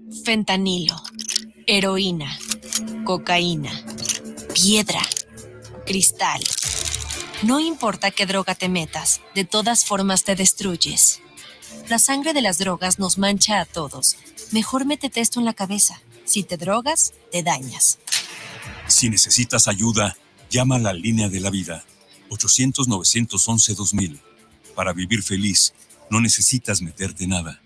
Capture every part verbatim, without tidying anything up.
Fentanilo, heroína, cocaína, piedra, cristal. No importa qué droga te metas, de todas formas te destruyes. La sangre de las drogas nos mancha a todos. Mejor métete esto en la cabeza. Si te drogas, te dañas. Si necesitas ayuda, llama a la línea de la vida. ochocientos, novecientos once, dos mil. Para vivir feliz, no necesitas meterte nada.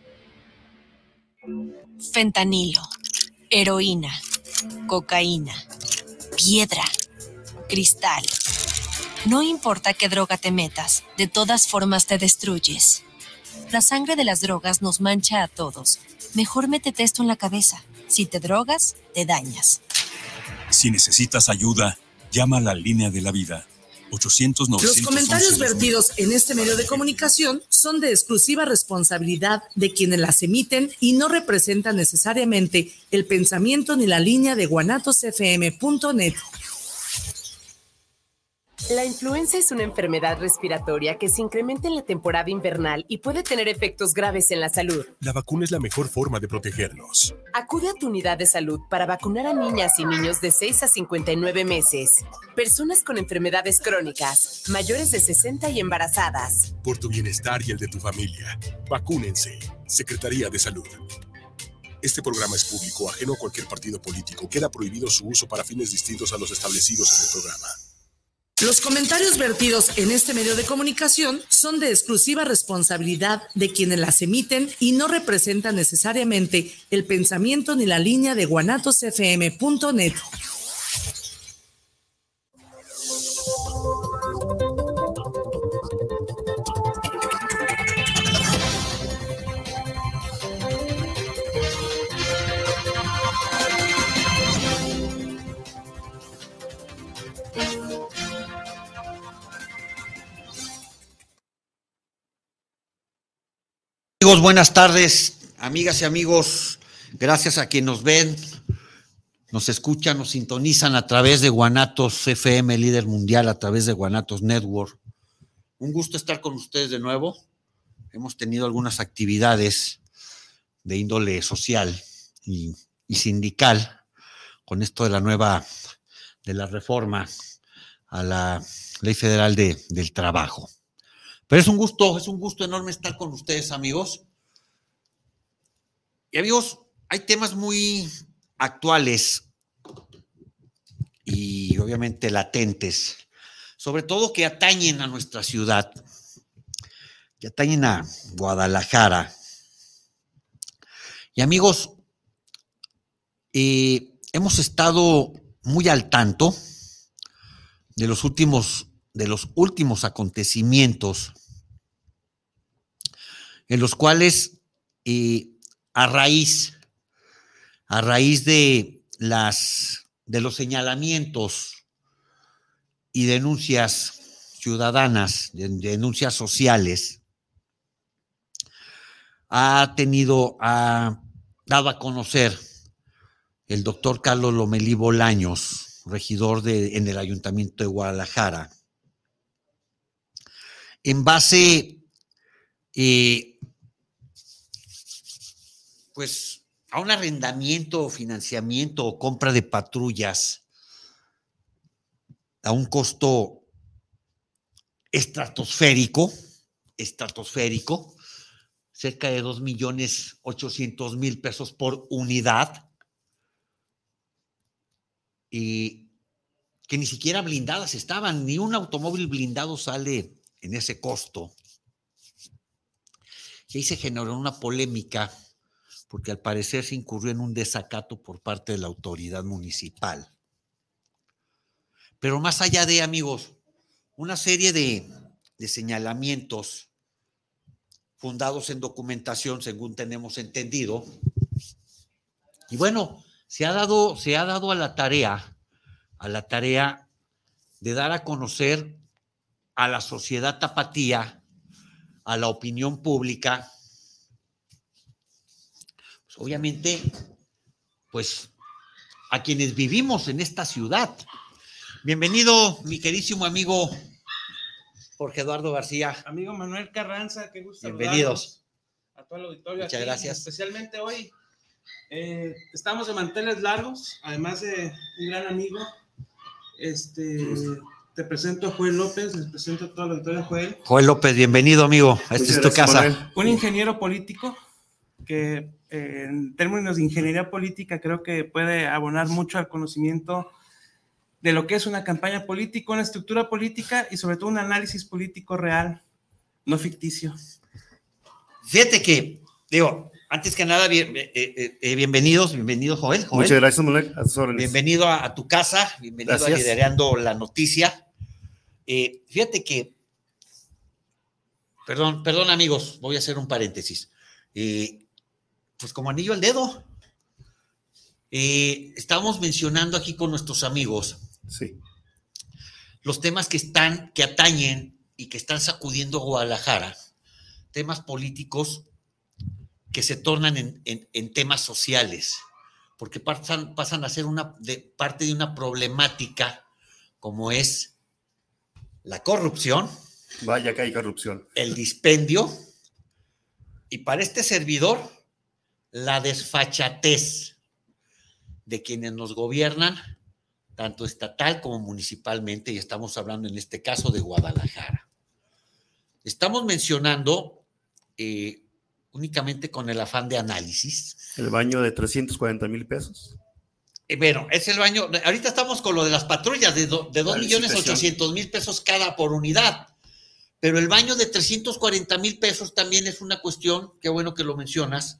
Fentanilo, heroína, cocaína, piedra, cristal. No importa qué droga te metas, de todas formas te destruyes. La sangre de las drogas nos mancha a todos. Mejor métete esto en la cabeza. Si te drogas, te dañas. Si necesitas ayuda, llama a la línea de la vida. ochocientos, novecientos once, Los comentarios dos mil. vertidos en este medio de comunicación son de exclusiva responsabilidad de quienes las emiten y no representan necesariamente el pensamiento ni la línea de guanatos f m punto net. La influenza es una enfermedad respiratoria que se incrementa en la temporada invernal y puede tener efectos graves en la salud. La vacuna es la mejor forma de protegernos. Acude a tu unidad de salud para vacunar a niñas y niños de seis a cincuenta y nueve meses, personas con enfermedades crónicas, mayores de sesenta y embarazadas. Por tu bienestar y el de tu familia, vacúnense. Secretaría de Salud. Este programa es público, ajeno a cualquier partido político. Queda prohibido su uso para fines distintos a los establecidos en el programa. Los comentarios vertidos en este medio de comunicación son de exclusiva responsabilidad de quienes las emiten y no representan necesariamente el pensamiento ni la línea de guanatos f m punto net. Amigos, buenas tardes, amigas y amigos, gracias a quienes nos ven, nos escuchan, nos sintonizan a través de Guanatos F M, líder mundial, a través de Guanatos Network. Un gusto estar con ustedes de nuevo. Hemos tenido algunas actividades de índole social y, y sindical con esto de la nueva, de la reforma a la Ley Federal de, del Trabajo. Pero es un gusto, es un gusto enorme estar con ustedes, amigos. Y amigos, hay temas muy actuales y obviamente latentes, sobre todo que atañen a nuestra ciudad, que atañen a Guadalajara. Y amigos, eh, hemos estado muy al tanto de los últimos de los últimos acontecimientos en los cuales eh, a raíz a raíz de las de los señalamientos y denuncias ciudadanas, de, denuncias sociales, ha tenido ha dado a conocer el doctor Carlos Lomelí Bolaños, regidor de, en el Ayuntamiento de Guadalajara, en base eh, pues a un arrendamiento, financiamiento o compra de patrullas a un costo estratosférico, estratosférico, cerca de dos millones ochocientos mil pesos por unidad, y que ni siquiera blindadas estaban, ni un automóvil blindado sale en ese costo. Y ahí se generó una polémica porque al parecer se incurrió en un desacato por parte de la autoridad municipal. Pero más allá de, amigos, una serie de, de señalamientos fundados en documentación, según tenemos entendido, y bueno, se ha dado, se ha dado a la tarea, a la tarea de dar a conocer a la sociedad tapatía, a la opinión pública, pues obviamente, pues a quienes vivimos en esta ciudad. Bienvenido, mi queridísimo amigo Jorge Eduardo García. Amigo Manuel Carranza, qué gusto Bienvenidos. A todo el auditorio. Muchas aquí, gracias. Especialmente hoy, Eh, estamos de manteles largos, además de un gran amigo. Este, te presento a Joel López, les presento a toda la auditoría. Joel. Joel López, bienvenido, amigo. Esta es tu casa. Manuel. Un ingeniero político que eh, en términos de ingeniería política creo que puede abonar mucho al conocimiento de lo que es una campaña política, una estructura política y sobre todo un análisis político real, no ficticio. Fíjate que, digo, antes que nada, bien, eh, eh, eh, bienvenidos, bienvenido Joel, Joel. Muchas gracias, Manuel, a tus órdenes. Bienvenido a, a tu casa, bienvenido gracias. A Liderando la Noticia. Eh, fíjate que, perdón, perdón amigos, voy a hacer un paréntesis. Eh, pues como anillo al dedo, eh, estamos mencionando aquí con nuestros amigos sí. los temas que están, que atañen y que están sacudiendo Guadalajara, temas políticos que se tornan en, en, en temas sociales, porque pasan, pasan a ser una de, parte de una problemática como es la corrupción. Vaya que hay corrupción. El dispendio y para este servidor la desfachatez de quienes nos gobiernan, tanto estatal como municipalmente, y estamos hablando en este caso de Guadalajara. Estamos mencionando eh, únicamente con el afán de análisis. El baño de trescientos cuarenta mil pesos. Eh, bueno, es el baño, ahorita estamos con lo de las patrullas de, do, de dos millones ochocientos mil pesos cada por unidad, pero el baño de trescientos cuarenta mil pesos también es una cuestión, qué bueno que lo mencionas,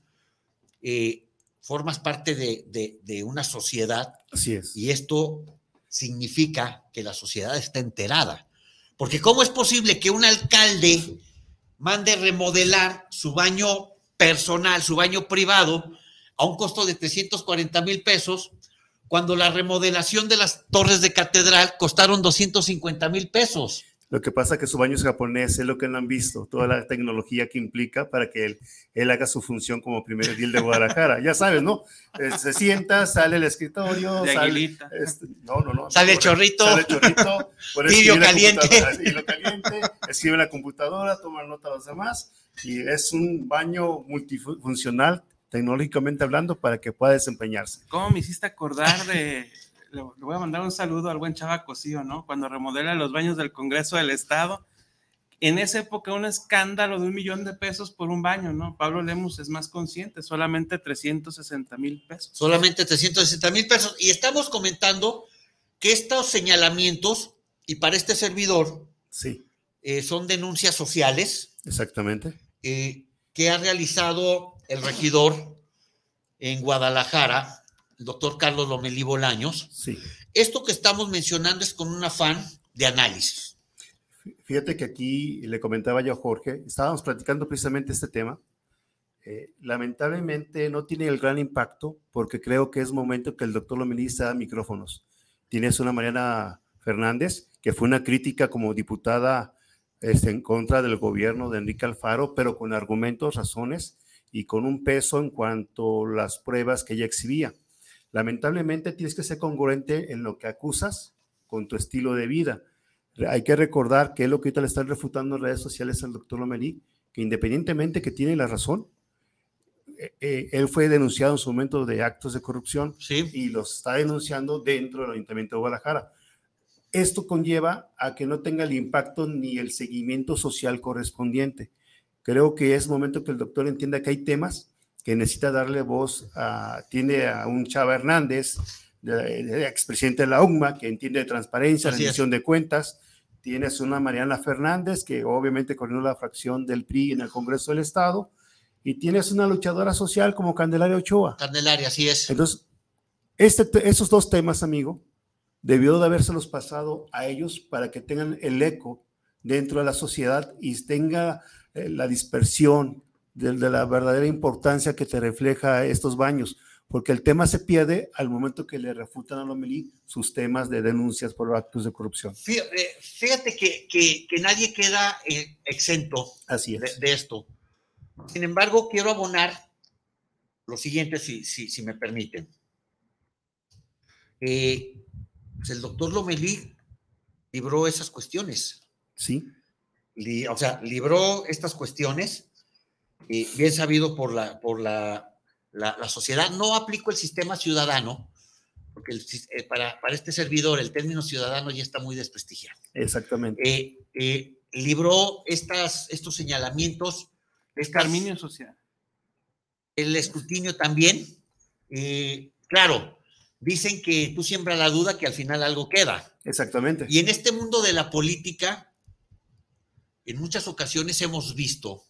eh, formas parte de, de, de una sociedad. Así es. Y esto significa que la sociedad está enterada, porque ¿cómo es posible que un alcalde mande remodelar su baño personal, su baño privado, a un costo de trescientos cuarenta mil pesos, cuando la remodelación de las torres de catedral costaron doscientos cincuenta mil pesos? Lo que pasa es que su baño es japonés, es lo que no han visto, toda la tecnología que implica para que él, él haga su función como primer edil de Guadalajara. Ya sabes, ¿no? Eh, se sienta, sale el escritorio, de sale, este, no, no, no, sale no, el chorrito, sale el chorrito, tibio caliente, tibio caliente, escribe en la computadora, toma nota a los demás, y es un baño multifuncional, tecnológicamente hablando, para que pueda desempeñarse. ¿Cómo me hiciste acordar de... Le voy a mandar un saludo al buen Chava Cosío, ¿no? Cuando remodela los baños del Congreso del Estado. En esa época, un escándalo de un millón de pesos por un baño, ¿no? Pablo Lemus es más consciente, solamente trescientos sesenta mil pesos. Solamente trescientos sesenta mil pesos. Y estamos comentando que estos señalamientos, y para este servidor, sí. eh, son denuncias sociales. Exactamente. Eh, que ha realizado el regidor en Guadalajara, el doctor Carlos Lomelí Bolaños. Sí. Esto que estamos mencionando es con un afán de análisis. Fíjate que aquí le comentaba yo a Jorge, estábamos platicando precisamente este tema. Eh, lamentablemente no tiene el gran impacto porque creo que es momento que el doctor Lomelí se da micrófonos. Tienes una Mariana Fernández, que fue una crítica como diputada este, en contra del gobierno de Enrique Alfaro, pero con argumentos, razones y con un peso en cuanto a las pruebas que ella exhibía. Lamentablemente tienes que ser congruente en lo que acusas con tu estilo de vida. Hay que recordar que es lo que ahorita le están refutando en redes sociales al doctor Lomelí, que independientemente que tiene la razón, eh, eh, él fue denunciado en su momento de actos de corrupción sí. y los está denunciando dentro del Ayuntamiento de Guadalajara. Esto conlleva a que no tenga el impacto ni el seguimiento social correspondiente. Creo que es momento que el doctor entienda que hay temas que necesita darle voz a, tiene a un Chava Hernández, de, de expresidente de la U N M A, que entiende de transparencia, Así rendición es. de cuentas. Tienes una Mariana Fernández, que obviamente coordinó la fracción del P R I en el Congreso del Estado, y tienes una luchadora social como Candelaria Ochoa. Candelaria, así es. Entonces, este, esos dos temas, amigo, debió de habérselos pasado a ellos para que tengan el eco dentro de la sociedad y tenga eh, la dispersión de, de la verdadera importancia que te refleja estos baños, porque el tema se pierde al momento que le refutan a Lomelí sus temas de denuncias por actos de corrupción. Fíjate, fíjate que, que, que nadie queda eh, exento Así es. De, de esto. Sin embargo, quiero abonar lo siguiente, si, si, si me permiten. Eh, pues el doctor Lomelí libró esas cuestiones. Sí. Li, o sea, libró estas cuestiones, eh, bien sabido por la, por la la, la sociedad. No aplico el sistema ciudadano, porque el, eh, para, para este servidor el término ciudadano ya está muy desprestigiado. Exactamente. Eh, eh, libró estas, estos señalamientos. Exterminio social. El escrutinio también. Eh, claro, dicen que tú siembras la duda que al final algo queda. Exactamente. Y en este mundo de la política, en muchas ocasiones hemos visto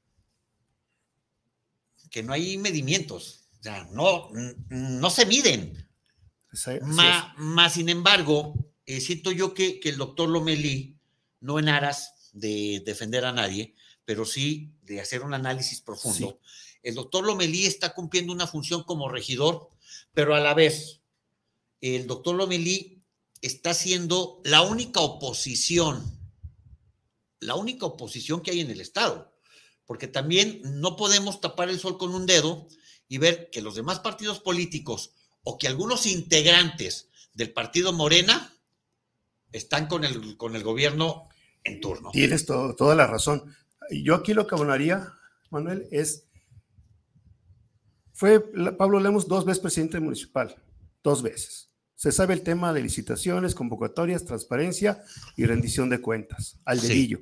que no hay medimientos, o sea, no, no se miden. Sí, Más, más, sin embargo, eh, siento yo que, que el doctor Lomelí, no en aras de defender a nadie, pero sí de hacer un análisis profundo, sí. El doctor Lomelí está cumpliendo una función como regidor, pero a la vez, el doctor Lomelí está siendo la única oposición, la única oposición que hay en el Estado, porque también no podemos tapar el sol con un dedo y ver que los demás partidos políticos o que algunos integrantes del partido Morena están con el, con el gobierno en turno. Tienes to- toda la razón. Yo aquí lo que abonaría, Manuel, es, fue Pablo Lemus dos veces presidente municipal, dos veces. Se sabe el tema de licitaciones, convocatorias, transparencia y rendición de cuentas, al dedillo.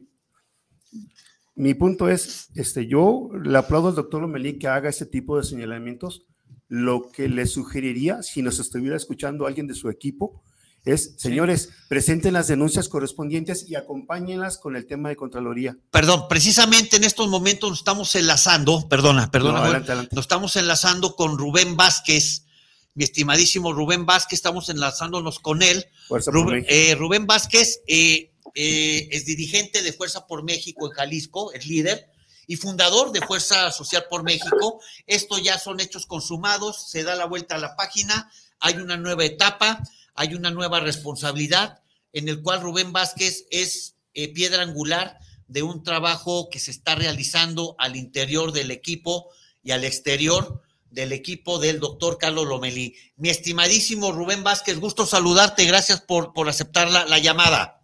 Sí. Mi punto es, este, yo le aplaudo al doctor Lomelí que haga ese tipo de señalamientos. Lo que le sugeriría, si nos estuviera escuchando alguien de su equipo, es, señores, sí. presenten las denuncias correspondientes y acompáñenlas con el tema de Contraloría. Perdón, precisamente en estos momentos nos estamos enlazando, perdona, perdona, no, adelante, adelante. nos estamos enlazando con Rubén Vázquez, mi estimadísimo Rubén Vázquez, estamos enlazándonos con él. Rubén, eh, Rubén Vázquez eh, eh, es dirigente de Fuerza por México en Jalisco, es líder y fundador de Fuerza Social por México. Esto ya son hechos consumados, se da la vuelta a la página, hay una nueva etapa, hay una nueva responsabilidad en el cual Rubén Vázquez es eh, piedra angular de un trabajo que se está realizando al interior del equipo y al exterior del equipo del doctor Carlos Lomelí. Mi estimadísimo Rubén Vázquez, gusto saludarte, gracias por, por aceptar la, la llamada.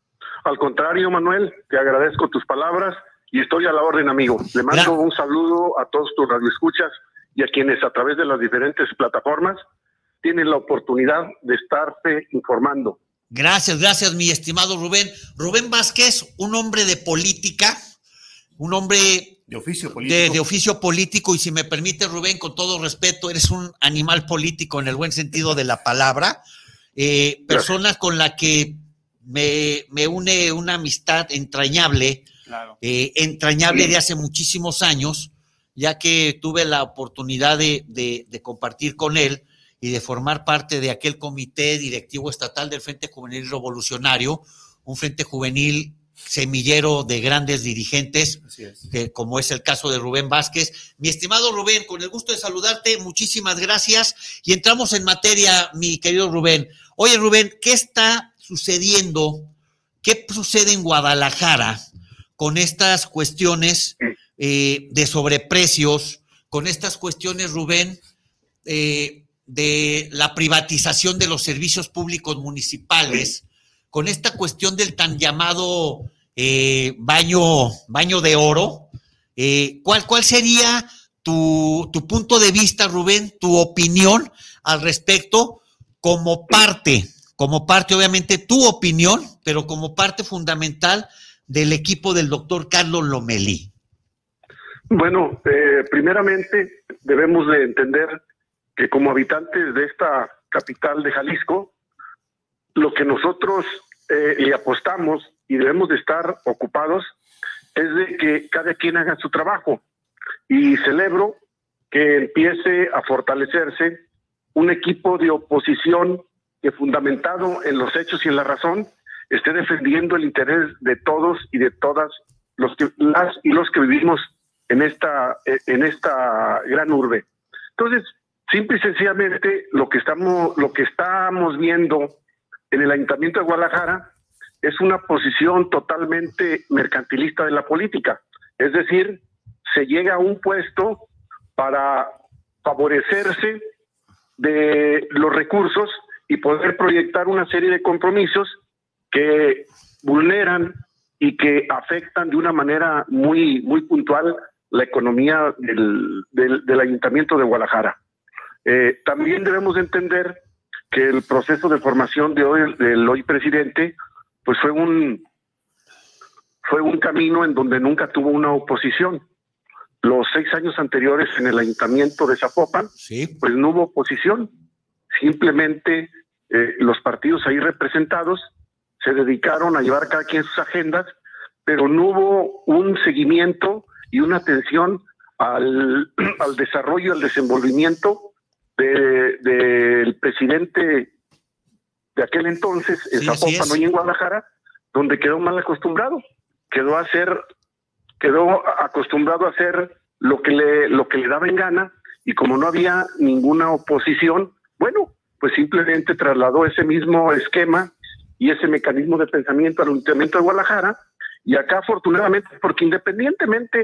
Al contrario, Manuel, te agradezco tus palabras y estoy a la orden, amigo. Le mando Gra- un saludo a todos tus radioescuchas y a quienes a través de las diferentes plataformas tienen la oportunidad de estarte informando. Gracias, gracias, mi estimado Rubén. Rubén Vázquez, un hombre de política, un hombre de oficio político. De, de oficio político, y si me permite, Rubén, con todo respeto, eres un animal político en el buen sentido de la palabra. Eh, persona con la que me, me une una amistad entrañable, claro. eh, entrañable de hace muchísimos años, ya que tuve la oportunidad de, de, de compartir con él y de formar parte de aquel comité directivo estatal del Frente Juvenil Revolucionario, un Frente Juvenil semillero de grandes dirigentes, es. que, como es el caso de Rubén Vázquez. Mi estimado Rubén, con el gusto de saludarte, muchísimas gracias, y entramos en materia, mi querido Rubén. Oye, Rubén, ¿qué está sucediendo? ¿Qué sucede en Guadalajara con estas cuestiones eh, de sobreprecios, con estas cuestiones, Rubén, eh, de la privatización de los servicios públicos municipales, con esta cuestión del tan llamado eh, baño, baño de oro? Eh, ¿cuál, ¿Cuál sería tu, tu punto de vista, Rubén, tu opinión al respecto, como parte, como parte, obviamente, tu opinión, pero como parte fundamental del equipo del doctor Carlos Lomelí? Bueno, eh, primeramente debemos de entender que como habitantes de esta capital de Jalisco, lo que nosotros eh, le apostamos y debemos de estar ocupados es de que cada quien haga su trabajo, y celebro que empiece a fortalecerse un equipo de oposición que, fundamentado en los hechos y en la razón, esté defendiendo el interés de todos y de todas los que, las y los que vivimos en esta, en esta gran urbe. Entonces, simple y sencillamente, lo que estamos, lo que estamos viendo en el Ayuntamiento de Guadalajara es una posición totalmente mercantilista de la política. Es decir, se llega a un puesto para favorecerse de los recursos y poder proyectar una serie de compromisos que vulneran y que afectan de una manera muy, muy puntual la economía del, del, del Ayuntamiento de Guadalajara. Eh, también debemos entender que el proceso de formación de hoy, del hoy presidente, pues fue un, fue un camino en donde nunca tuvo una oposición. Los seis años anteriores en el Ayuntamiento de Zapopan, sí, pues no hubo oposición. Simplemente eh, los partidos ahí representados se dedicaron a llevar cada quien sus agendas, pero no hubo un seguimiento y una atención al, al desarrollo, al desenvolvimiento del de, de presidente de aquel entonces, en sí, Zapopan, hoy en Guadalajara, donde quedó mal acostumbrado, quedó a hacer, quedó acostumbrado a hacer lo que le, lo que le daba en gana, y como no había ninguna oposición, bueno, pues simplemente trasladó ese mismo esquema y ese mecanismo de pensamiento al Ayuntamiento de Guadalajara. Y acá, afortunadamente, porque independientemente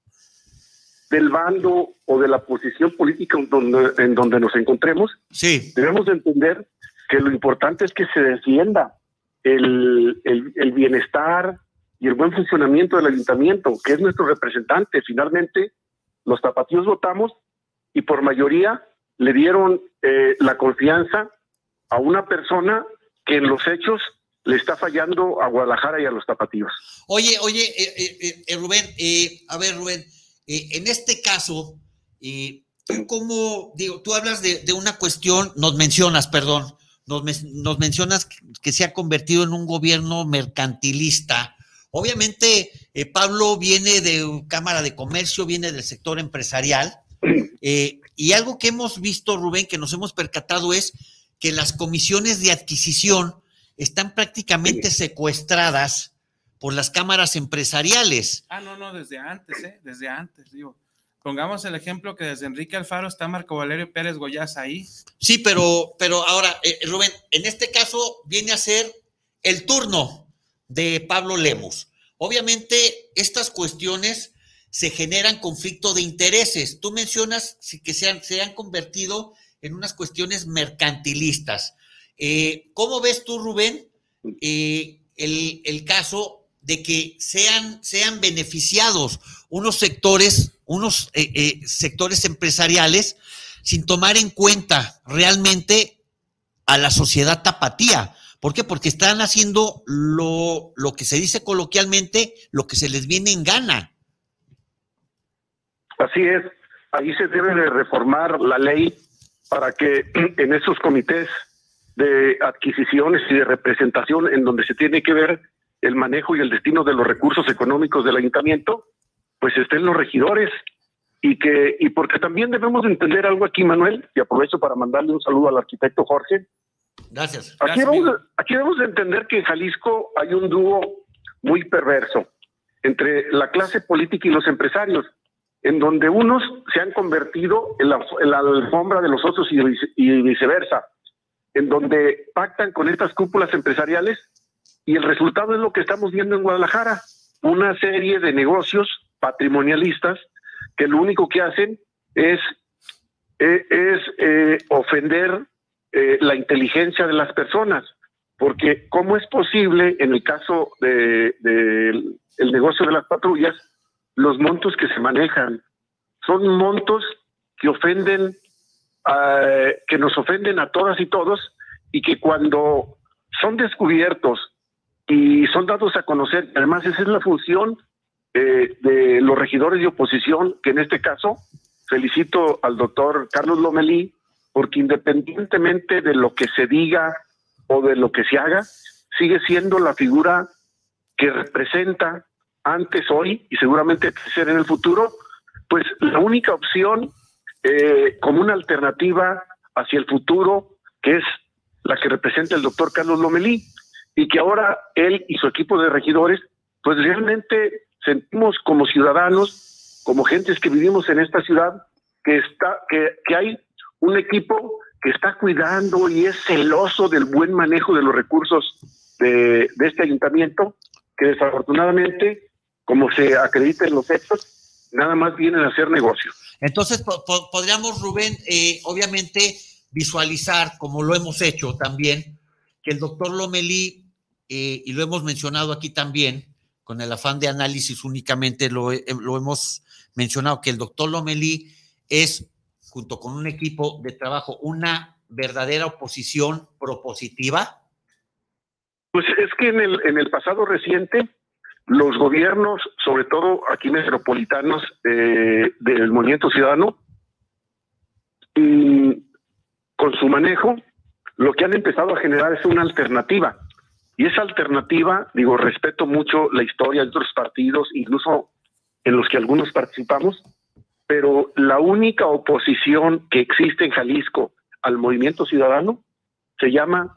del bando o de la posición política en donde, en donde nos encontremos, sí, debemos de entender que lo importante es que se defienda el, el, el bienestar y el buen funcionamiento del ayuntamiento, que es nuestro representante. Finalmente, los tapatíos votamos y por mayoría le dieron eh, la confianza a una persona que en los hechos le está fallando a Guadalajara y a los tapatíos. Oye, oye, eh, eh, eh, Rubén, eh, a ver, Rubén, eh, en este caso, eh, tú como, digo, tú hablas de, de una cuestión, nos mencionas, perdón, nos, nos mencionas que, que se ha convertido en un gobierno mercantilista. Obviamente, eh, Pablo viene de Cámara de Comercio, viene del sector empresarial, eh, y algo que hemos visto, Rubén, que nos hemos percatado es que las comisiones de adquisición están prácticamente secuestradas por las cámaras empresariales. Ah, no, no, desde antes, ¿eh? Desde antes, digo. Pongamos el ejemplo que desde Enrique Alfaro está Marco Valerio Pérez Goyaz ahí. Sí, pero, pero ahora, eh, Rubén, en este caso viene a ser el turno de Pablo Lemus. Obviamente, estas cuestiones se generan conflicto de intereses. Tú mencionas que se han, se han convertido en unas cuestiones mercantilistas. Eh, ¿Cómo ves tú, Rubén, eh, el, el caso de que sean, sean beneficiados unos sectores, unos eh, eh, sectores empresariales sin tomar en cuenta realmente a la sociedad tapatía? ¿Por qué? Porque están haciendo lo, lo que se dice coloquialmente, lo que se les viene en gana. Así es, ahí se debe de reformar la ley para que en esos comités de adquisiciones y de representación, en donde se tiene que ver el manejo y el destino de los recursos económicos del ayuntamiento, pues estén los regidores. Y que y porque también debemos de entender algo aquí, Manuel, y aprovecho para mandarle un saludo al arquitecto Jorge. Gracias. Aquí, Gracias, debemos, aquí debemos de entender que en Jalisco hay un dúo muy perverso entre la clase política y los empresarios, en donde unos se han convertido en la, en la alfombra de los otros y, y viceversa, en donde pactan con estas cúpulas empresariales, y el resultado es lo que estamos viendo en Guadalajara, una serie de negocios patrimonialistas que lo único que hacen es, eh, es eh, ofender eh, la inteligencia de las personas, porque ¿cómo es posible en el caso de, de el, el negocio de las patrullas, los montos que se manejan son montos que ofenden, uh, que nos ofenden a todas y todos, y que cuando son descubiertos y son dados a conocer, además esa es la función eh, de los regidores de oposición, que en este caso felicito al doctor Carlos Lomelí, porque independientemente de lo que se diga o de lo que se haga, sigue siendo la figura que representa antes, hoy y seguramente ser en el futuro, pues la única opción eh, como una alternativa hacia el futuro, que es la que representa el doctor Carlos Lomelí, y que ahora él y su equipo de regidores, pues realmente sentimos como ciudadanos, como gentes que vivimos en esta ciudad, que está, que, que hay un equipo que está cuidando y es celoso del buen manejo de los recursos de, de este ayuntamiento, que desafortunadamente, como se acredita en los hechos, nada más vienen a hacer negocio. Entonces, po po podríamos, Rubén, eh, obviamente visualizar, como lo hemos hecho también, que el doctor Lomelí, eh, y lo hemos mencionado aquí también, con el afán de análisis únicamente lo, lo hemos mencionado que el doctor Lomelí es, junto con un equipo de trabajo, una verdadera oposición propositiva? Pues es que en el, en el pasado reciente, los gobiernos, sobre todo aquí metropolitanos, eh, del Movimiento Ciudadano, y con su manejo, lo que han empezado a generar es una alternativa. Y esa alternativa, digo, respeto mucho la historia de otros partidos, incluso en los que algunos participamos, pero la única oposición que existe en Jalisco al Movimiento Ciudadano se llama,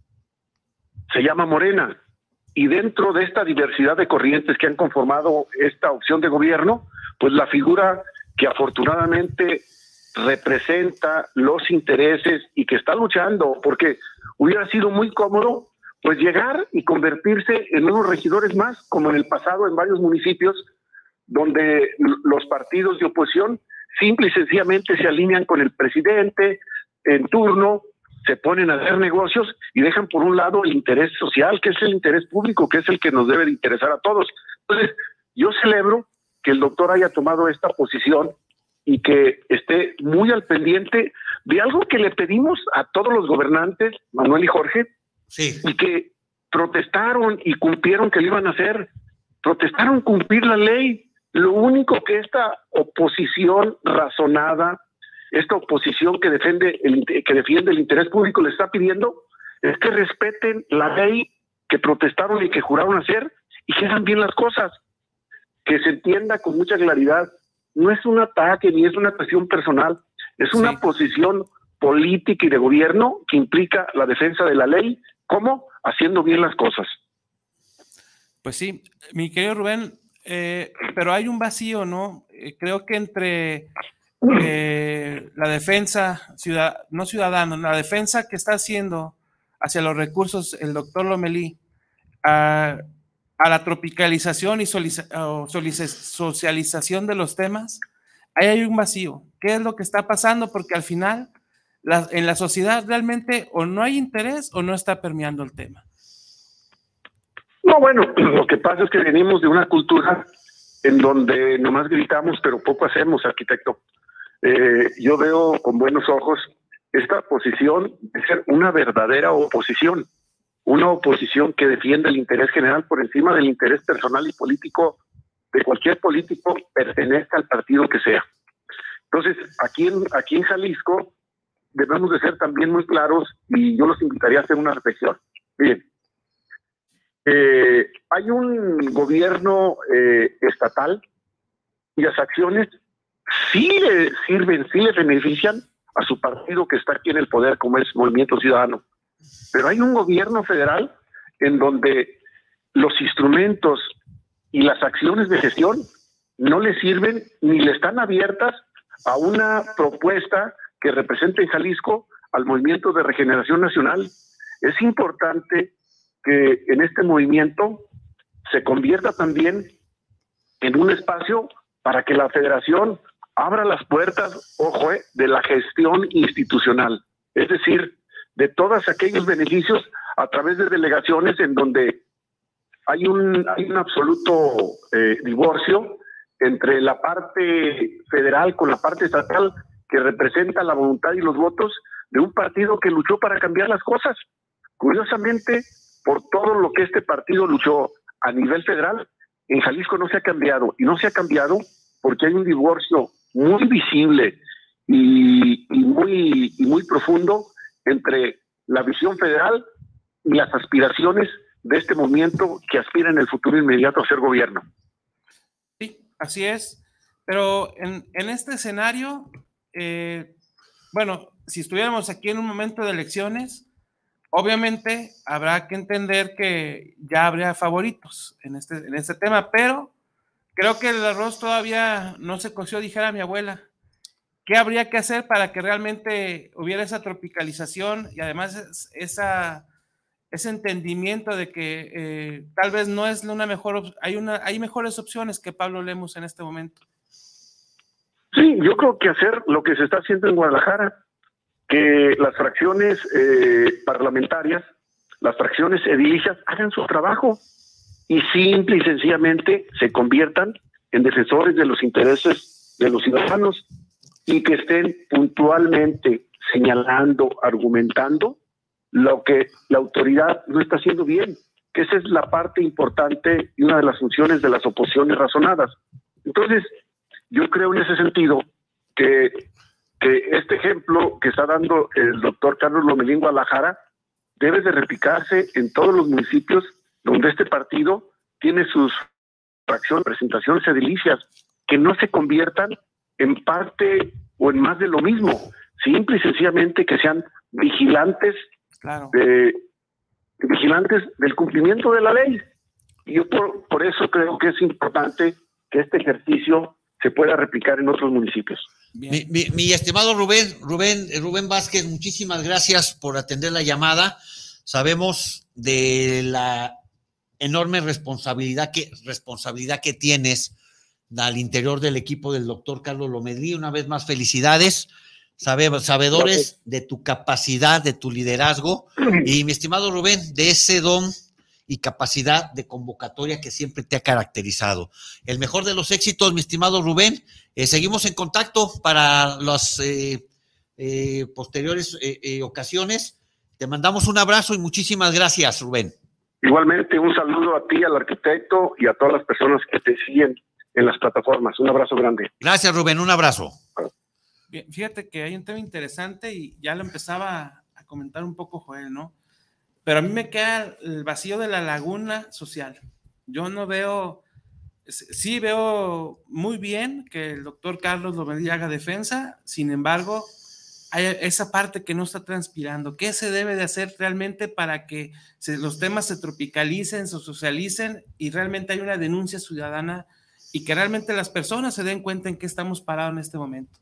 se llama Morena. Y dentro de esta diversidad de corrientes que han conformado esta opción de gobierno, pues la figura que afortunadamente representa los intereses y que está luchando, porque hubiera sido muy cómodo pues llegar y convertirse en unos regidores más, como en el pasado en varios municipios, donde los partidos de oposición simple y sencillamente se alinean con el presidente en turno, se ponen a hacer negocios y dejan por un lado el interés social, que es el interés público, que es el que nos debe de interesar a todos. Entonces, yo celebro que el doctor haya tomado esta posición y que esté muy al pendiente de algo que le pedimos a todos los gobernantes, Manuel y Jorge, sí, y que protestaron y cumplieron que lo iban a hacer, protestaron cumplir la ley. Lo único que esta oposición razonada, esta oposición que defiende el, que defiende el interés público le está pidiendo es que respeten la ley que protestaron y que juraron hacer y que hagan bien las cosas, que se entienda con mucha claridad. No es un ataque ni es una cuestión personal, es una sí. posición política y de gobierno que implica la defensa de la ley. ¿Cómo? Haciendo bien las cosas. Pues sí, mi querido Rubén, eh, pero hay un vacío, ¿no? Eh, creo que entre eh, la defensa, ciudad, no ciudadano, la defensa que está haciendo hacia los recursos el doctor Lomelí, a, a la tropicalización y solic- o solic- socialización de los temas, ahí hay un vacío. ¿Qué es lo que está pasando? Porque al final, la, en la sociedad realmente o no hay interés o no está permeando el tema. No, bueno, lo que pasa es que venimos de una cultura en donde nomás gritamos, pero poco hacemos, arquitecto. Eh, yo veo con buenos ojos esta posición de ser una verdadera oposición, una oposición que defiende el interés general por encima del interés personal y político de cualquier político, pertenezca al partido que sea. Entonces, aquí en, aquí en Jalisco debemos de ser también muy claros y yo los invitaría a hacer una reflexión. Bien, eh, hay un gobierno eh, estatal cuyas acciones sí le sirven, sí le benefician a su partido que está aquí en el poder, como es Movimiento Ciudadano. Pero hay un gobierno federal en donde los instrumentos y las acciones de gestión no le sirven ni le están abiertas a una propuesta que represente en Jalisco al Movimiento de Regeneración Nacional. Es importante que en este movimiento se convierta también en un espacio para que la federación abra las puertas, ojo, eh, de la gestión institucional, es decir, de todos aquellos beneficios a través de delegaciones en donde hay un, hay un absoluto eh, divorcio entre la parte federal con la parte estatal que representa la voluntad y los votos de un partido que luchó para cambiar las cosas. Curiosamente, por todo lo que este partido luchó a nivel federal, en Jalisco no se ha cambiado, y no se ha cambiado porque hay un divorcio muy visible y, y, muy, y muy profundo entre la visión federal y las aspiraciones de este movimiento que aspira en el futuro inmediato a ser gobierno. Sí, así es, pero en, en este escenario, eh, bueno, si estuviéramos aquí en un momento de elecciones, obviamente habrá que entender que ya habría favoritos en este, en este tema, pero creo que el arroz todavía no se coció, dijera mi abuela. ¿Qué habría que hacer para que realmente hubiera esa tropicalización y además esa, ese entendimiento de que eh, tal vez no es una mejor, hay, una, hay mejores opciones que Pablo Lemus en este momento? Sí, yo creo que hacer lo que se está haciendo en Guadalajara, que las fracciones eh, parlamentarias, las fracciones edilicias hagan su trabajo y simple y sencillamente se conviertan en defensores de los intereses de los ciudadanos y que estén puntualmente señalando, argumentando lo que la autoridad no está haciendo bien, que esa es la parte importante y una de las funciones de las oposiciones razonadas. Entonces, yo creo en ese sentido que, que este ejemplo que está dando el doctor Carlos Lomelín Guadalajara debe de replicarse en todos los municipios donde este partido tiene sus fracciones, presentaciones edilicias, que no se conviertan en parte o en más de lo mismo, simple y sencillamente que sean vigilantes, claro. de, vigilantes del cumplimiento de la ley. Y yo por, por eso creo que es importante que este ejercicio se pueda replicar en otros municipios. Mi, mi, mi estimado Rubén, Rubén, Rubén Vázquez, muchísimas gracias por atender la llamada. Sabemos de la enorme responsabilidad que, responsabilidad que tienes al interior del equipo del doctor Carlos Lomelí. Una vez más, felicidades. Sabe, sabedores de tu capacidad, de tu liderazgo. Y mi estimado Rubén, de ese don y capacidad de convocatoria que siempre te ha caracterizado. El mejor de los éxitos, mi estimado Rubén. Eh, seguimos en contacto para las eh, eh, posteriores eh, eh, ocasiones. Te mandamos un abrazo y muchísimas gracias, Rubén. Igualmente, un saludo a ti, al arquitecto y a todas las personas que te siguen en las plataformas. Un abrazo grande. Gracias, Rubén. Un abrazo. Bien, fíjate que hay un tema interesante y ya lo empezaba a comentar un poco Joel, ¿no? Pero a mí me queda el vacío de la laguna social. Yo no veo, sí veo muy bien que el doctor Carlos Lomelí haga defensa, sin embargo, hay esa parte que no está transpirando. ¿Qué se debe de hacer realmente para que se, los temas se tropicalicen, se socialicen y realmente hay una denuncia ciudadana y que realmente las personas se den cuenta en qué estamos parados en este momento?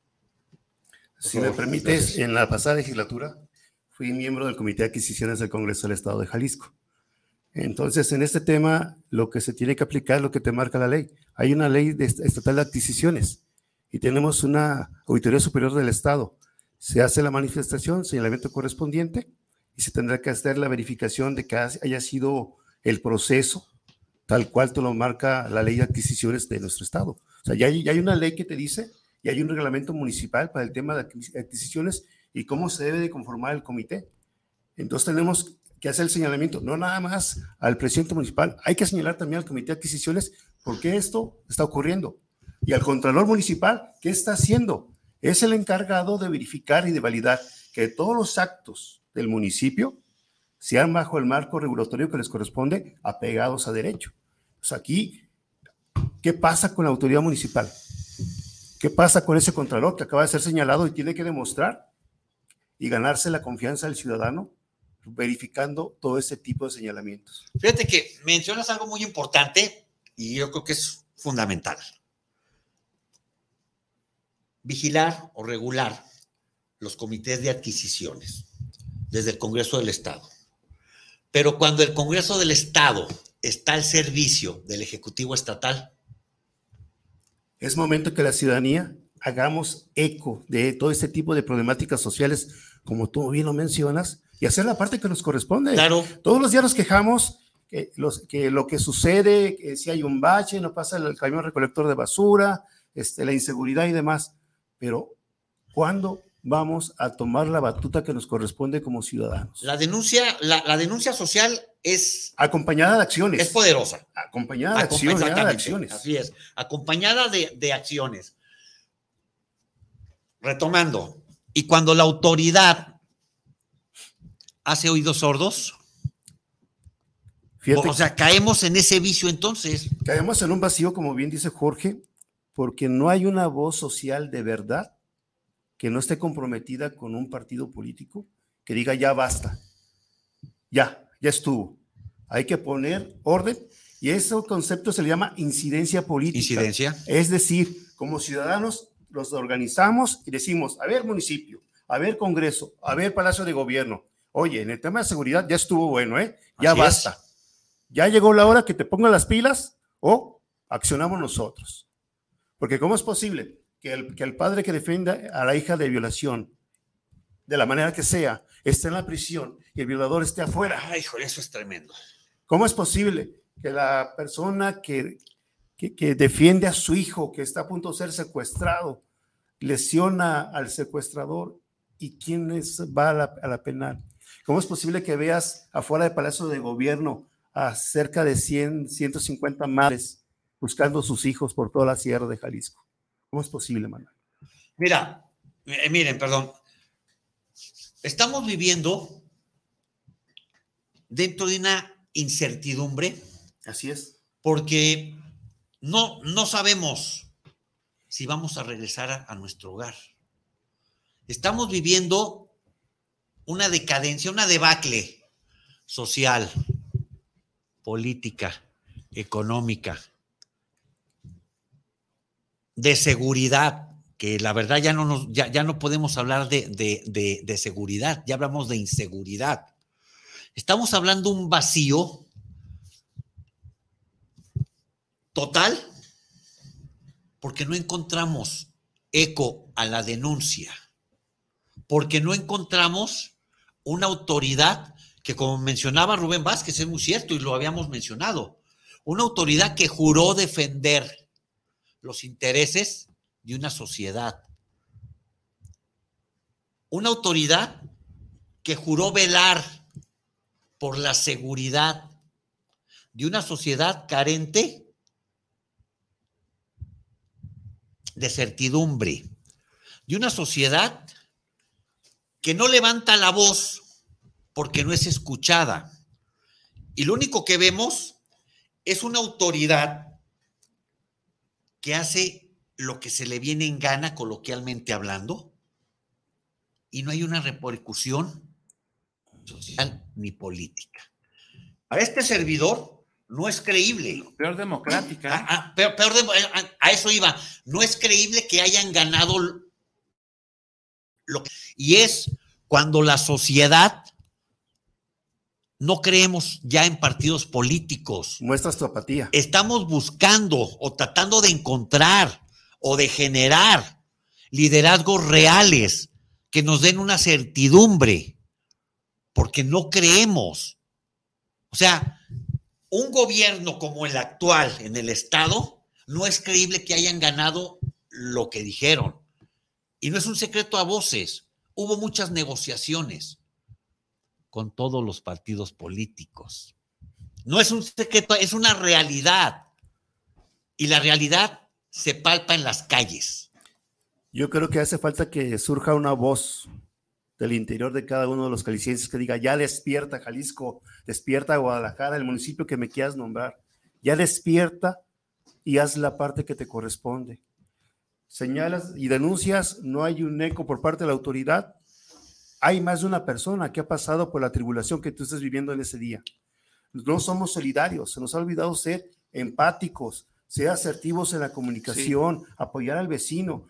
Si me permites, en la pasada legislatura fui miembro del Comité de Adquisiciones del Congreso del Estado de Jalisco. Entonces, en este tema, lo que se tiene que aplicar es lo que te marca la ley. Hay una ley de estatal de adquisiciones y tenemos una Auditoría Superior del Estado. Se hace la manifestación, señalamiento correspondiente y se tendrá que hacer la verificación de que haya sido el proceso tal cual te lo marca la ley de adquisiciones de nuestro Estado. O sea, ya hay, ya hay una ley que te dice y hay un reglamento municipal para el tema de adquisiciones y cómo se debe de conformar el comité. Entonces tenemos que hacer el señalamiento, no nada más al presidente municipal, hay que señalar también al comité de adquisiciones por qué esto está ocurriendo. Y al contralor municipal, ¿qué está haciendo? Es el encargado de verificar y de validar que todos los actos del municipio sean bajo el marco regulatorio que les corresponde, apegados a derecho. Pues aquí, ¿qué pasa con la autoridad municipal? ¿Qué pasa con ese contralor que acaba de ser señalado y tiene que demostrar y ganarse la confianza del ciudadano verificando todo ese tipo de señalamientos? Fíjate que mencionas algo muy importante y yo creo que es fundamental. Vigilar o regular los comités de adquisiciones desde el Congreso del Estado. Pero cuando el Congreso del Estado está al servicio del Ejecutivo Estatal, es momento que la ciudadanía hagamos eco de todo este tipo de problemáticas sociales, como tú bien lo mencionas, y hacer la parte que nos corresponde. Claro. Todos los días nos quejamos que, los, que lo que sucede, que si hay un bache, no pasa el camión recolector de basura, este, la inseguridad y demás, pero ¿cuándo vamos a tomar la batuta que nos corresponde como ciudadanos? La denuncia, la, la denuncia social es... acompañada de acciones. Es poderosa. Acompañada de acciones. De acciones. Así es, acompañada de, de acciones. Retomando, y cuando la autoridad hace oídos sordos, Fíjate, o sea, caemos en ese vicio entonces. Caemos en un vacío, como bien dice Jorge, porque no hay una voz social de verdad que no esté comprometida con un partido político que diga ya basta, ya, ya estuvo. Hay que poner orden y ese concepto se le llama incidencia política. Incidencia. Es decir, como ciudadanos los organizamos y decimos, a ver municipio, a ver Congreso, a ver Palacio de Gobierno, oye, en el tema de seguridad ya estuvo bueno, ¿eh? Ya Así basta. Es. Ya llegó la hora que te pongan las pilas o accionamos nosotros. Porque ¿cómo es posible que el, que el padre que defienda a la hija de violación, de la manera que sea, esté en la prisión y el violador esté afuera? Ay, hijo, eso es tremendo. ¿Cómo es posible que la persona que que, que defiende a su hijo que está a punto de ser secuestrado, lesiona al secuestrador y quién es, va a la, a la penal. ¿Cómo es posible que veas afuera del Palacio de Gobierno a cerca de cien, ciento cincuenta madres buscando a sus hijos por toda la sierra de Jalisco? ¿Cómo es posible, Manuel? Mira, eh, miren, perdón. Estamos viviendo dentro de una incertidumbre. Así es. Porque no, no sabemos si vamos a regresar a, a nuestro hogar. Estamos viviendo una decadencia, una debacle social, política, económica, de seguridad, que la verdad ya no, nos, ya, ya no podemos hablar de, de, de, de seguridad, ya hablamos de inseguridad. Estamos hablando de un vacío total, porque no encontramos eco a la denuncia, porque no encontramos una autoridad que, como mencionaba Rubén Vázquez, es muy cierto y lo habíamos mencionado, una autoridad que juró defender los intereses de una sociedad, una autoridad que juró velar por la seguridad de una sociedad carente de certidumbre, de una sociedad que no levanta la voz porque no es escuchada. Y lo único que vemos es una autoridad que hace lo que se le viene en gana, coloquialmente hablando, y no hay una repercusión social ni política. Para este servidor no es creíble. Peor democrática. A, a, peor, peor de, a, a eso iba. No es creíble que hayan ganado lo que, y es cuando la sociedad no creemos ya en partidos políticos. Muestras tu apatía. Estamos buscando o tratando de encontrar o de generar liderazgos reales que nos den una certidumbre, porque no creemos. O sea, un gobierno como el actual en el Estado, no es creíble que hayan ganado lo que dijeron. Y no es un secreto a voces. Hubo muchas negociaciones con todos los partidos políticos. No es un secreto, es una realidad. Y la realidad se palpa en las calles. Yo creo que hace falta que surja una voz del interior de cada uno de los jaliscienses que diga, ya despierta Jalisco, despierta Guadalajara, el municipio que me quieras nombrar, ya despierta y haz la parte que te corresponde. Señalas y denuncias, no hay un eco por parte de la autoridad, hay más de una persona que ha pasado por la tribulación que tú estás viviendo en ese día. No somos solidarios, se nos ha olvidado ser empáticos, ser asertivos en la comunicación, sí. Apoyar al vecino.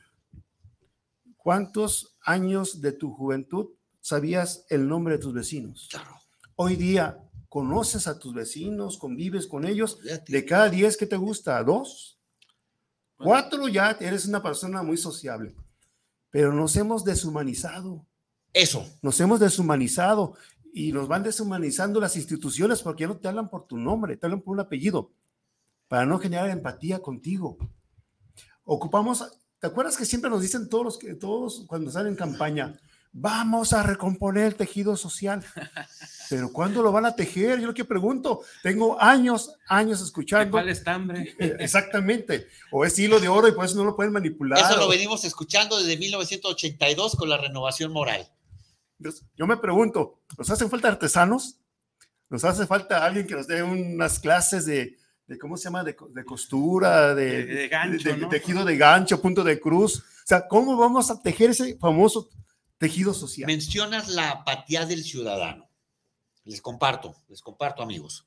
¿Cuántos años de tu juventud sabías el nombre de tus vecinos? Claro. Hoy día conoces a tus vecinos, convives con ellos. De cada diez, ¿qué te gusta? ¿Dos? Bueno. Cuatro, ya eres una persona muy sociable. Pero nos hemos deshumanizado. Eso. Nos hemos deshumanizado y nos van deshumanizando las instituciones porque ya no te hablan por tu nombre, te hablan por un apellido, para no generar empatía contigo. Ocupamos... ¿Te acuerdas que siempre nos dicen todos los que todos cuando salen en campaña, vamos a recomponer el tejido social? Pero ¿cuándo lo van a tejer? Yo lo que pregunto, tengo años, años escuchando. ¿Cuál estambre? Exactamente. O es hilo de oro y por eso no lo pueden manipular. Eso lo venimos escuchando desde mil novecientos ochenta y dos con la renovación moral. Entonces, yo me pregunto, ¿nos hacen falta artesanos? ¿Nos hace falta alguien que nos dé unas clases de de cómo se llama, de, de costura, de, de, de gancho, de, de ¿no? tejido de gancho, punto de cruz? O sea, ¿cómo vamos a tejer ese famoso tejido social? Mencionas la apatía del ciudadano. Les comparto, les comparto, amigos.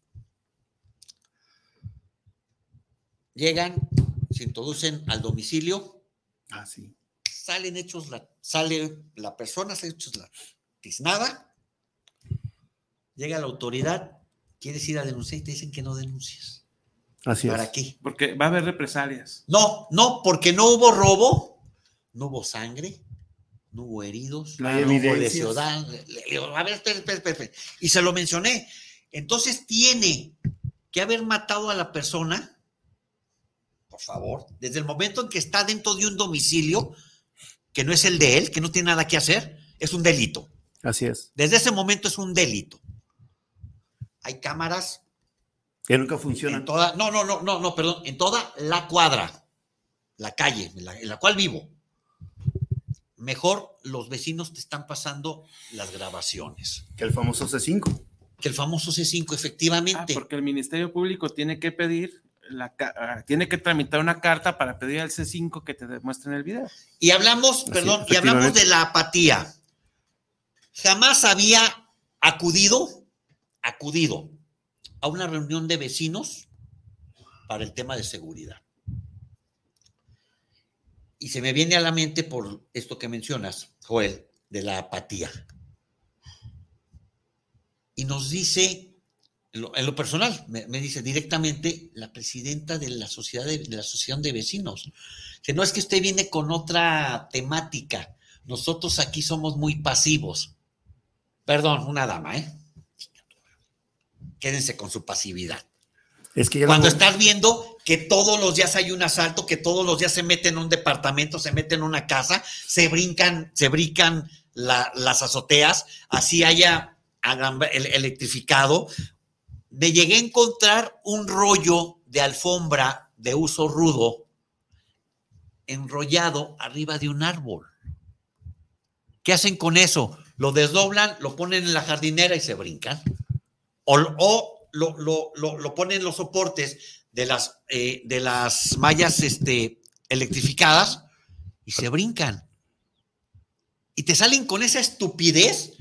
Llegan, se introducen al domicilio. Ah, sí. Salen hechos, la, sale la persona, se hechos la tiznada. Llega la autoridad, quieres ir a denunciar y te dicen que no denuncies. Así ¿Para es. qué? Porque va a haber represalias. No, no, porque no hubo robo, no hubo sangre, no hubo heridos, no, no hubo lesión. A ver, espera, espera, espera. Y se lo mencioné. Entonces tiene que haber matado a la persona por favor, desde el momento en que está dentro de un domicilio que no es el de él, que no tiene nada que hacer, es un delito. Así es. Desde ese momento es un delito. Hay cámaras que nunca funcionan. En toda, no, no, no, no, no, perdón, en toda la cuadra, la calle en la, en la cual vivo. Mejor los vecinos te están pasando las grabaciones. Que el famoso C cinco. Que el famoso C cinco, efectivamente. Ah, porque el Ministerio Público tiene que pedir, la, uh, tiene que tramitar una carta para pedir al C cinco que te demuestren el video. Y hablamos, Así, perdón, y hablamos de la apatía. Jamás había acudido, acudido a una reunión de vecinos para el tema de seguridad. Y se me viene a la mente por esto que mencionas, Joel, de la apatía. Y nos dice, en lo, en lo personal, me, me dice directamente la presidenta de la sociedad de, de la asociación de vecinos. Que no es que usted viene con otra temática. Nosotros aquí somos muy pasivos. Perdón, una dama, ¿eh? Quédense con su pasividad. Es que Cuando no... estás viendo que todos los días hay un asalto, que todos los días se meten en un departamento, se meten en una casa, se brincan, se brincan la, las azoteas, así haya el electrificado. Me llegué a encontrar un rollo de alfombra de uso rudo enrollado arriba de un árbol. ¿Qué hacen con eso? Lo desdoblan, lo ponen en la jardinera y se brincan. O, o lo, lo, lo, lo ponen en los soportes de las, eh, de las mallas este, electrificadas y se brincan. Y te salen con esa estupidez.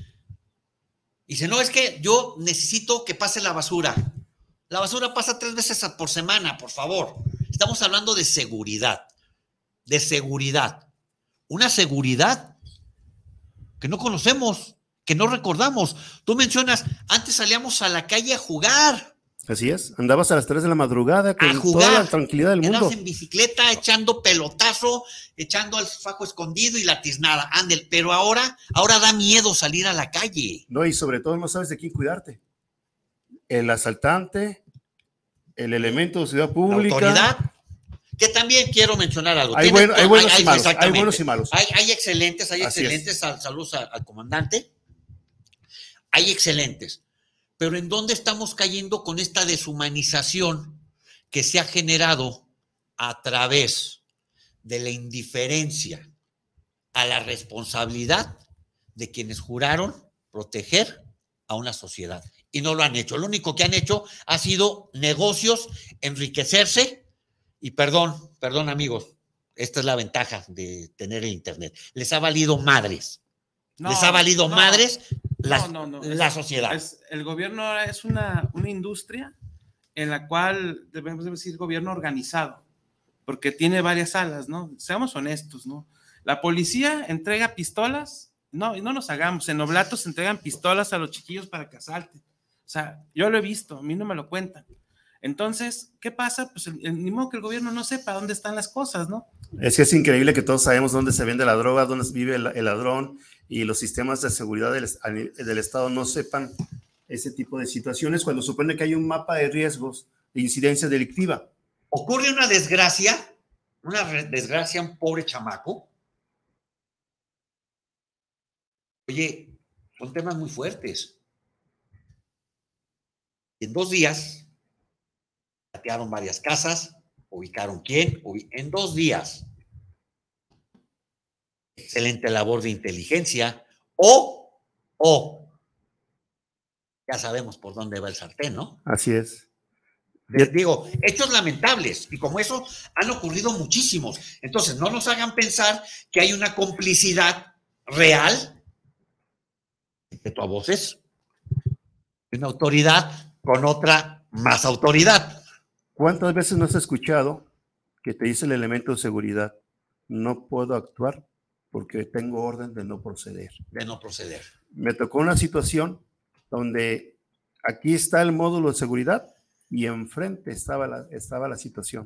Y dicen, no, es que yo necesito que pase la basura. La basura pasa tres veces por semana, por favor. Estamos hablando de seguridad. De seguridad. Una seguridad que no conocemos, que no recordamos. Tú mencionas, antes salíamos a la calle a jugar. Así es, andabas a las tres de la madrugada con a jugar, toda la tranquilidad del mundo. Andabas en bicicleta, echando pelotazo, echando al fajo escondido y la tiznada. Ándel, pero ahora, ahora da miedo salir a la calle. No, y sobre todo no sabes de quién cuidarte. El asaltante, el elemento de seguridad pública. La autoridad, que también quiero mencionar algo. Hay, bueno, hay, buenos, hay, y malos, hay buenos y malos. Hay, hay excelentes, hay Así excelentes, al, saludos al, al comandante. Hay excelentes. Pero ¿en dónde estamos cayendo con esta deshumanización que se ha generado a través de la indiferencia a la responsabilidad de quienes juraron proteger a una sociedad? Y no lo han hecho. Lo único que han hecho ha sido negocios, enriquecerse y perdón, perdón amigos, esta es la ventaja de tener el internet. Les ha valido madres. No, Les ha valido no. madres La, no, no, no. la sociedad. Es, el gobierno es una, una industria en la cual debemos decir gobierno organizado, porque tiene varias alas, ¿no? Seamos honestos, ¿no? La policía entrega pistolas, no, y no nos hagamos, en Oblatos entregan pistolas a los chiquillos para que asalten. O sea, yo lo he visto, a mí no me lo cuentan. Entonces, ¿qué pasa? Pues el, el, ni modo que el gobierno no sepa dónde están las cosas, ¿no? Es que es increíble que todos sabemos dónde se vende la droga, dónde vive el, el ladrón, y los sistemas de seguridad del, del Estado no sepan ese tipo de situaciones cuando supone que hay un mapa de riesgos de incidencia delictiva. Ocurre una desgracia, una desgracia, un pobre chamaco. Oye, son temas muy fuertes. En dos días, saquearon varias casas, ubicaron quién, en dos días. Excelente labor de inteligencia, o, o, ya sabemos por dónde va el sartén, ¿no? Así es. Les digo, hechos lamentables, y como eso han ocurrido muchísimos. Entonces, no nos hagan pensar que hay una complicidad real de tu a voces, de una autoridad con otra más autoridad. ¿Cuántas veces no has escuchado que te dice el elemento de seguridad? No puedo actuar porque tengo orden de no proceder. De no proceder. Me tocó una situación donde aquí está el módulo de seguridad y enfrente estaba la, estaba la situación.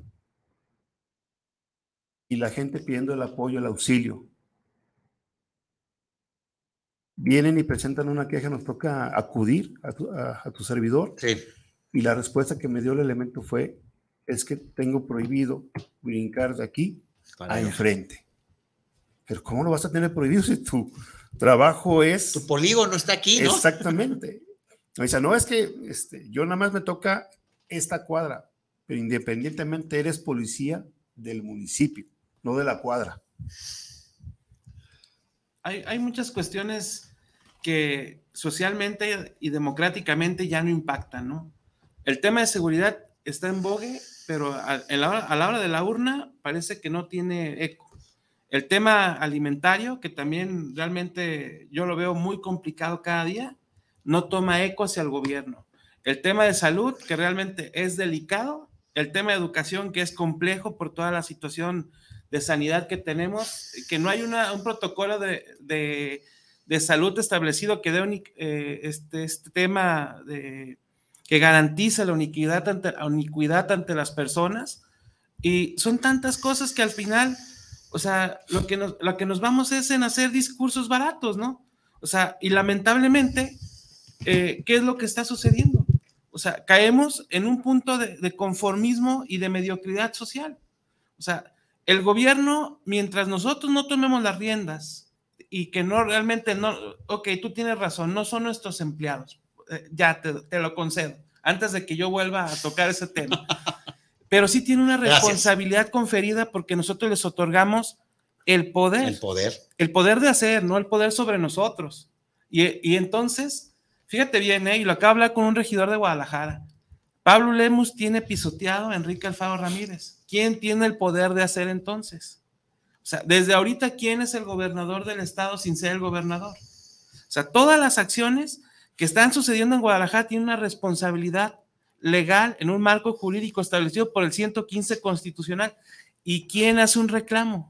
Y la gente pidiendo el apoyo, el auxilio. Vienen y presentan una queja, nos toca acudir a tu, a, a tu servidor. Sí. Y la respuesta que me dio el elemento fue, es que tengo prohibido brincar de aquí Para a allá. enfrente. Pero ¿cómo lo vas a tener prohibido si tu trabajo es... Tu polígono está aquí, ¿no? Exactamente. O sea, no es que este, yo nada más me toca esta cuadra, pero independientemente eres policía del municipio, no de la cuadra. Hay, hay muchas cuestiones que socialmente y democráticamente ya no impactan, ¿no? El tema de seguridad está en vogue, pero a, a, la hora, a la hora de la urna parece que no tiene eco. El tema alimentario, que también realmente yo lo veo muy complicado cada día, no toma eco hacia el gobierno. El tema de salud, que realmente es delicado. El tema de educación, que es complejo por toda la situación de sanidad que tenemos, que no hay una, un protocolo de, de, de salud establecido que dé un, eh, este, este tema de, que garantiza la uniquidad ante, la uniquidad ante las personas. Y son tantas cosas que al final, o sea, lo que nos, lo que nos vamos es en hacer discursos baratos, ¿no? O sea, y lamentablemente, eh, ¿qué es lo que está sucediendo? O sea, caemos en un punto de, de conformismo y de mediocridad social. O sea, el gobierno, mientras nosotros no tomemos las riendas y que no realmente no, ok, tú tienes razón, no son nuestros empleados, eh, ya te, te lo concedo, antes de que yo vuelva a tocar ese tema. Pero sí tiene una responsabilidad Gracias. conferida porque nosotros les otorgamos el poder. El poder. El poder de hacer, no el poder sobre nosotros. Y, y entonces, fíjate bien, ¿eh? Y lo acabo de hablar con un regidor de Guadalajara. Pablo Lemus tiene pisoteado a Enrique Alfaro Ramírez. ¿Quién tiene el poder de hacer entonces? O sea, desde ahorita, ¿quién es el gobernador del estado sin ser el gobernador? O sea, todas las acciones que están sucediendo en Guadalajara tienen una responsabilidad legal en un marco jurídico establecido por el ciento quince constitucional. ¿Y quién hace un reclamo?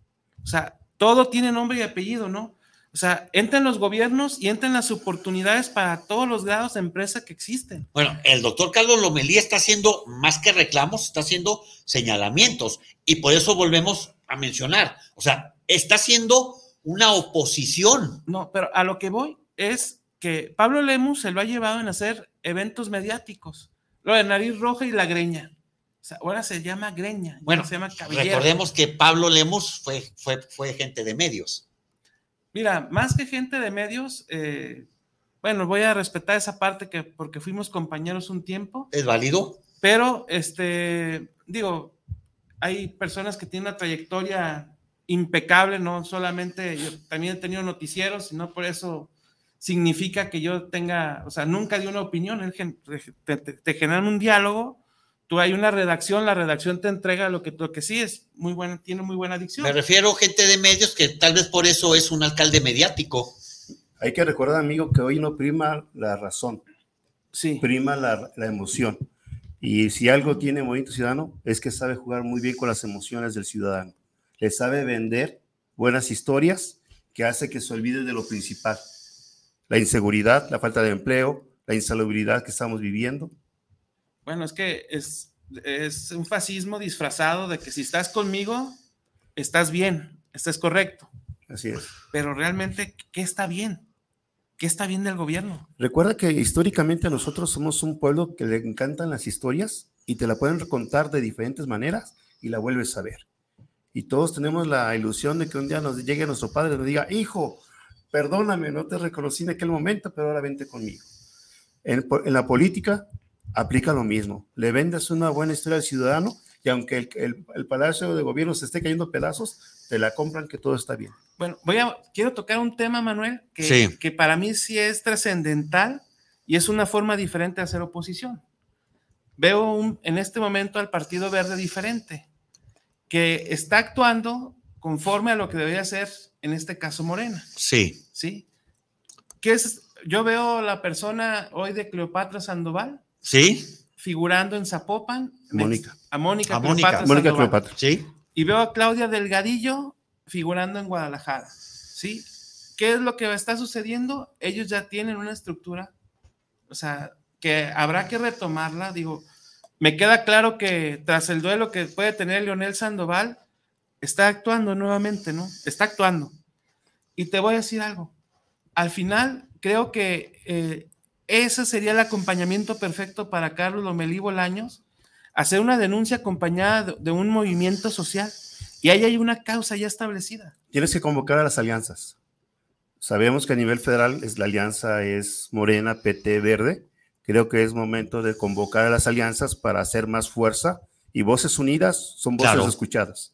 O sea, todo tiene nombre y apellido, ¿no? O sea, entran los gobiernos y entran las oportunidades para todos los grados de empresa que existen. Bueno, el doctor Carlos Lomelí está haciendo más que reclamos, está haciendo señalamientos y por eso volvemos a mencionar. O sea, está haciendo una oposición. No, pero a lo que voy es que Pablo Lemus se lo ha llevado en hacer eventos mediáticos. Lo de nariz roja y la greña. O sea, ahora se llama greña. Bueno, se llama cabellera. Recordemos que Pablo Lemus fue, fue, fue gente de medios. Mira, más que gente de medios, eh, bueno, voy a respetar esa parte que porque fuimos compañeros un tiempo. ¿Es válido? Pero, este, digo, hay personas que tienen una trayectoria impecable, no solamente, yo también he tenido noticieros, sino por eso significa que yo tenga, o sea, nunca di una opinión, te, te, te generan un diálogo, tú hay una redacción, la redacción te entrega lo que, lo que sí es muy buena, tiene muy buena dicción. Me refiero a gente de medios que tal vez por eso es un alcalde mediático. Hay que recordar, amigo, que hoy no prima la razón, sí. prima la, la emoción. Y si algo tiene Movimiento Ciudadano es que sabe jugar muy bien con las emociones del ciudadano. Le sabe vender buenas historias que hace que se olvide de lo principal. La inseguridad, la falta de empleo, la insalubridad que estamos viviendo. Bueno, es que es, es un fascismo disfrazado de que si estás conmigo, estás bien, estás correcto. Así es. Pero realmente, ¿qué está bien? ¿Qué está bien del gobierno? Recuerda que históricamente nosotros somos un pueblo que le encantan las historias y te la pueden contar de diferentes maneras y la vuelves a ver. Y todos tenemos la ilusión de que un día nos llegue nuestro padre y nos diga, hijo, perdóname, no te reconocí en aquel momento, pero ahora vente conmigo. En, en la política aplica lo mismo. Le vendes una buena historia al ciudadano y aunque el, el, el Palacio de Gobierno se esté cayendo a pedazos, te la compran que todo está bien. Bueno, voy a, quiero tocar un tema, Manuel, que, sí. que para mí sí es trascendental y es una forma diferente de hacer oposición. Veo un, en este momento al Partido Verde diferente, que está actuando conforme a lo que debería ser, en este caso, Morena. Sí. ¿Sí? ¿Qué es? Yo veo la persona hoy de Cleopatra Sandoval. Sí. Figurando en Zapopan. Mónica. A Mónica a Cleopatra. Mónica Cleopatra. Sí. Y veo a Claudia Delgadillo figurando en Guadalajara. ¿Sí? ¿Qué es lo que está sucediendo? Ellos ya tienen una estructura, o sea, que habrá que retomarla. Digo, me queda claro que tras el duelo que puede tener Leonel Sandoval, está actuando nuevamente, ¿no? Está actuando. Y te voy a decir algo. Al final, creo que eh, ese sería el acompañamiento perfecto para Carlos Lomelí Bolaños hacer una denuncia acompañada de, de un movimiento social. Y ahí hay una causa ya establecida. Tienes que convocar a las alianzas. Sabemos que a nivel federal es, la alianza es Morena, P T, Verde. Creo que es momento de convocar a las alianzas para hacer más fuerza, y voces unidas son voces claro. escuchadas.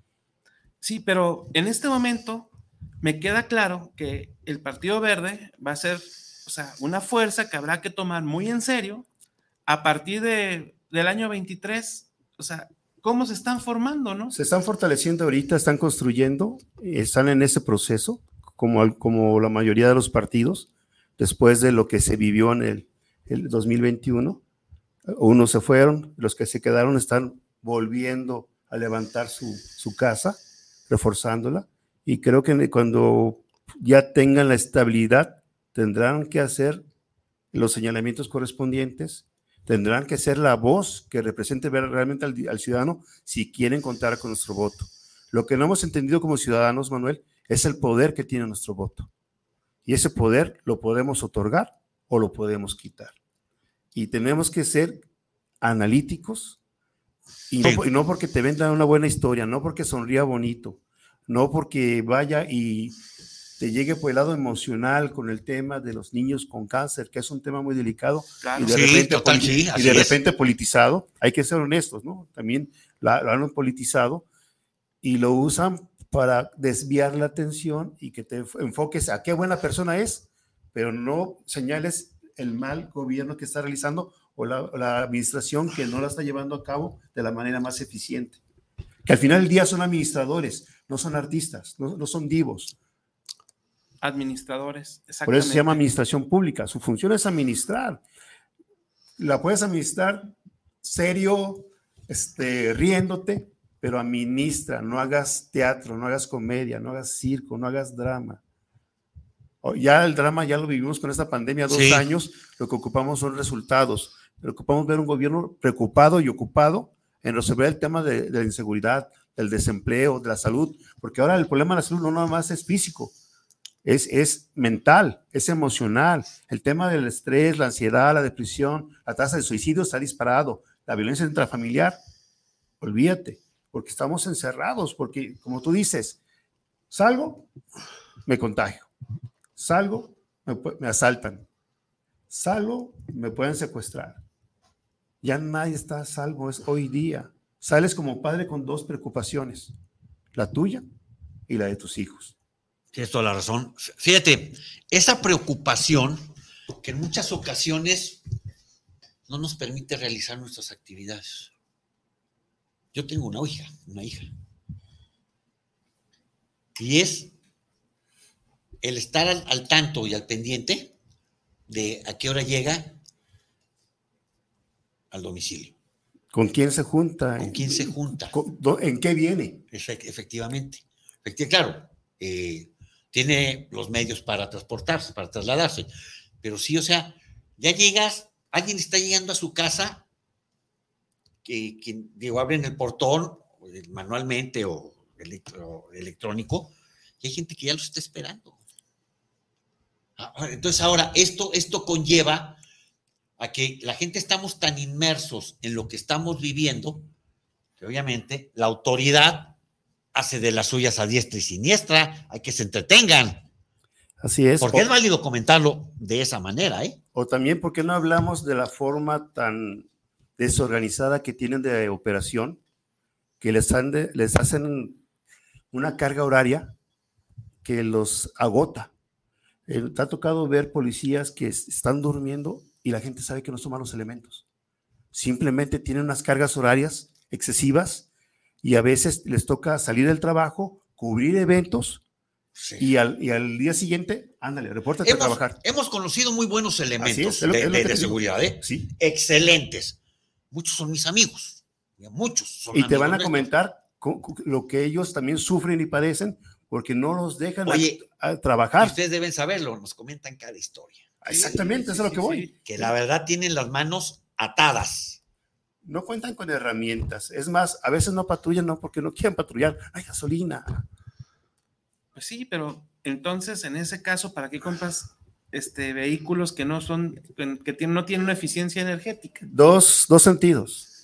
Sí, pero en este momento me queda claro que el Partido Verde va a ser, o sea, una fuerza que habrá que tomar muy en serio a partir de, del año veintitrés. O sea, ¿cómo se están formando, no? Se están fortaleciendo ahorita, están construyendo, están en ese proceso, como, como la mayoría de los partidos, después de lo que se vivió en el, el dos mil veintiuno. Unos se fueron, los que se quedaron están volviendo a levantar su, su casa, reforzándola, y creo que cuando ya tengan la estabilidad, tendrán que hacer los señalamientos correspondientes, tendrán que ser la voz que represente realmente al, al ciudadano si quieren contar con nuestro voto. Lo que no hemos entendido como ciudadanos, Manuel, es el poder que tiene nuestro voto. Y ese poder lo podemos otorgar o lo podemos quitar. Y tenemos que ser analíticos, y no, y no porque te vendan una buena historia, no porque sonría bonito, no porque vaya y te llegue por el lado emocional con el tema de los niños con cáncer, que es un tema muy delicado, claro. y de, sí, repente, total, sí, y de repente politizado. Hay que ser honestos, ¿no? También la, lo han politizado y lo usan para desviar la atención y que te enfoques a qué buena persona es, pero no señales el mal gobierno que está realizando o la, la administración que no la está llevando a cabo de la manera más eficiente. Que al final del día son administradores, no son artistas, no, no son divos. Administradores, exactamente. Por eso se llama administración pública. Su función es administrar. La puedes administrar serio, este, riéndote, pero administra. No hagas teatro, no hagas comedia, no hagas circo, no hagas drama. Ya el drama ya lo vivimos con esta pandemia, dos sí. años. Lo que ocupamos son resultados. Lo que ocupamos ver un gobierno preocupado y ocupado en resolver el tema de, de la inseguridad, del desempleo, de la salud, porque ahora el problema de la salud no nada más es físico. Es, es mental, es emocional. El tema del estrés, la ansiedad, la depresión, la tasa de suicidio está disparado. La violencia intrafamiliar, olvídate, porque estamos encerrados, porque como tú dices, salgo, me contagio. Salgo, me, me asaltan. Salgo, me pueden secuestrar. Ya nadie está a salvo, es hoy día. Sales como padre con dos preocupaciones, la tuya y la de tus hijos. Tienes toda la razón. Fíjate, esa preocupación que en muchas ocasiones no nos permite realizar nuestras actividades. Yo tengo una hija, una hija. Y es el estar al, al tanto y al pendiente de a qué hora llega al domicilio. ¿Con quién se junta? ¿Con quién se junta? ¿En qué viene? Efectivamente. Efectivamente, claro. Eh, tiene los medios para transportarse, para trasladarse, pero sí, o sea, ya llegas, alguien está llegando a su casa, que, que digo, abren el portón manualmente o electro, electrónico, y hay gente que ya los está esperando. Entonces ahora, esto, esto conlleva a que la gente estamos tan inmersos en lo que estamos viviendo, que obviamente la autoridad hace de las suyas a diestra y siniestra, hay que se entretengan. Así es. Porque o, es válido comentarlo de esa manera, ¿eh? O también, ¿por qué no hablamos de la forma tan desorganizada que tienen de operación, que les, han de, les hacen una carga horaria que los agota? Eh, te ha tocado ver policías que están durmiendo y la gente sabe que no son malos elementos. Simplemente tienen unas cargas horarias excesivas y a veces les toca salir del trabajo, cubrir eventos, sí. y, al, y al día siguiente, ándale, repórtate hemos, a trabajar. Hemos conocido muy buenos elementos es, es lo, de, es lo de, de seguridad, ¿eh? Sí. Excelentes. Muchos son mis amigos, muchos son y te van a nuestros. comentar con, con lo que ellos también sufren y padecen porque no los dejan Oye, a, a trabajar. Ustedes deben saberlo, nos comentan cada historia. Exactamente, sí, eso es a lo que voy. Sí, que la verdad tienen las manos atadas. No cuentan con herramientas. Es más, a veces no patrullan, no porque no quieren patrullar. Hay gasolina. Pues sí, pero entonces en ese caso, ¿para qué compras este, vehículos que no son, que tienen, no tienen una eficiencia energética? Dos, dos sentidos.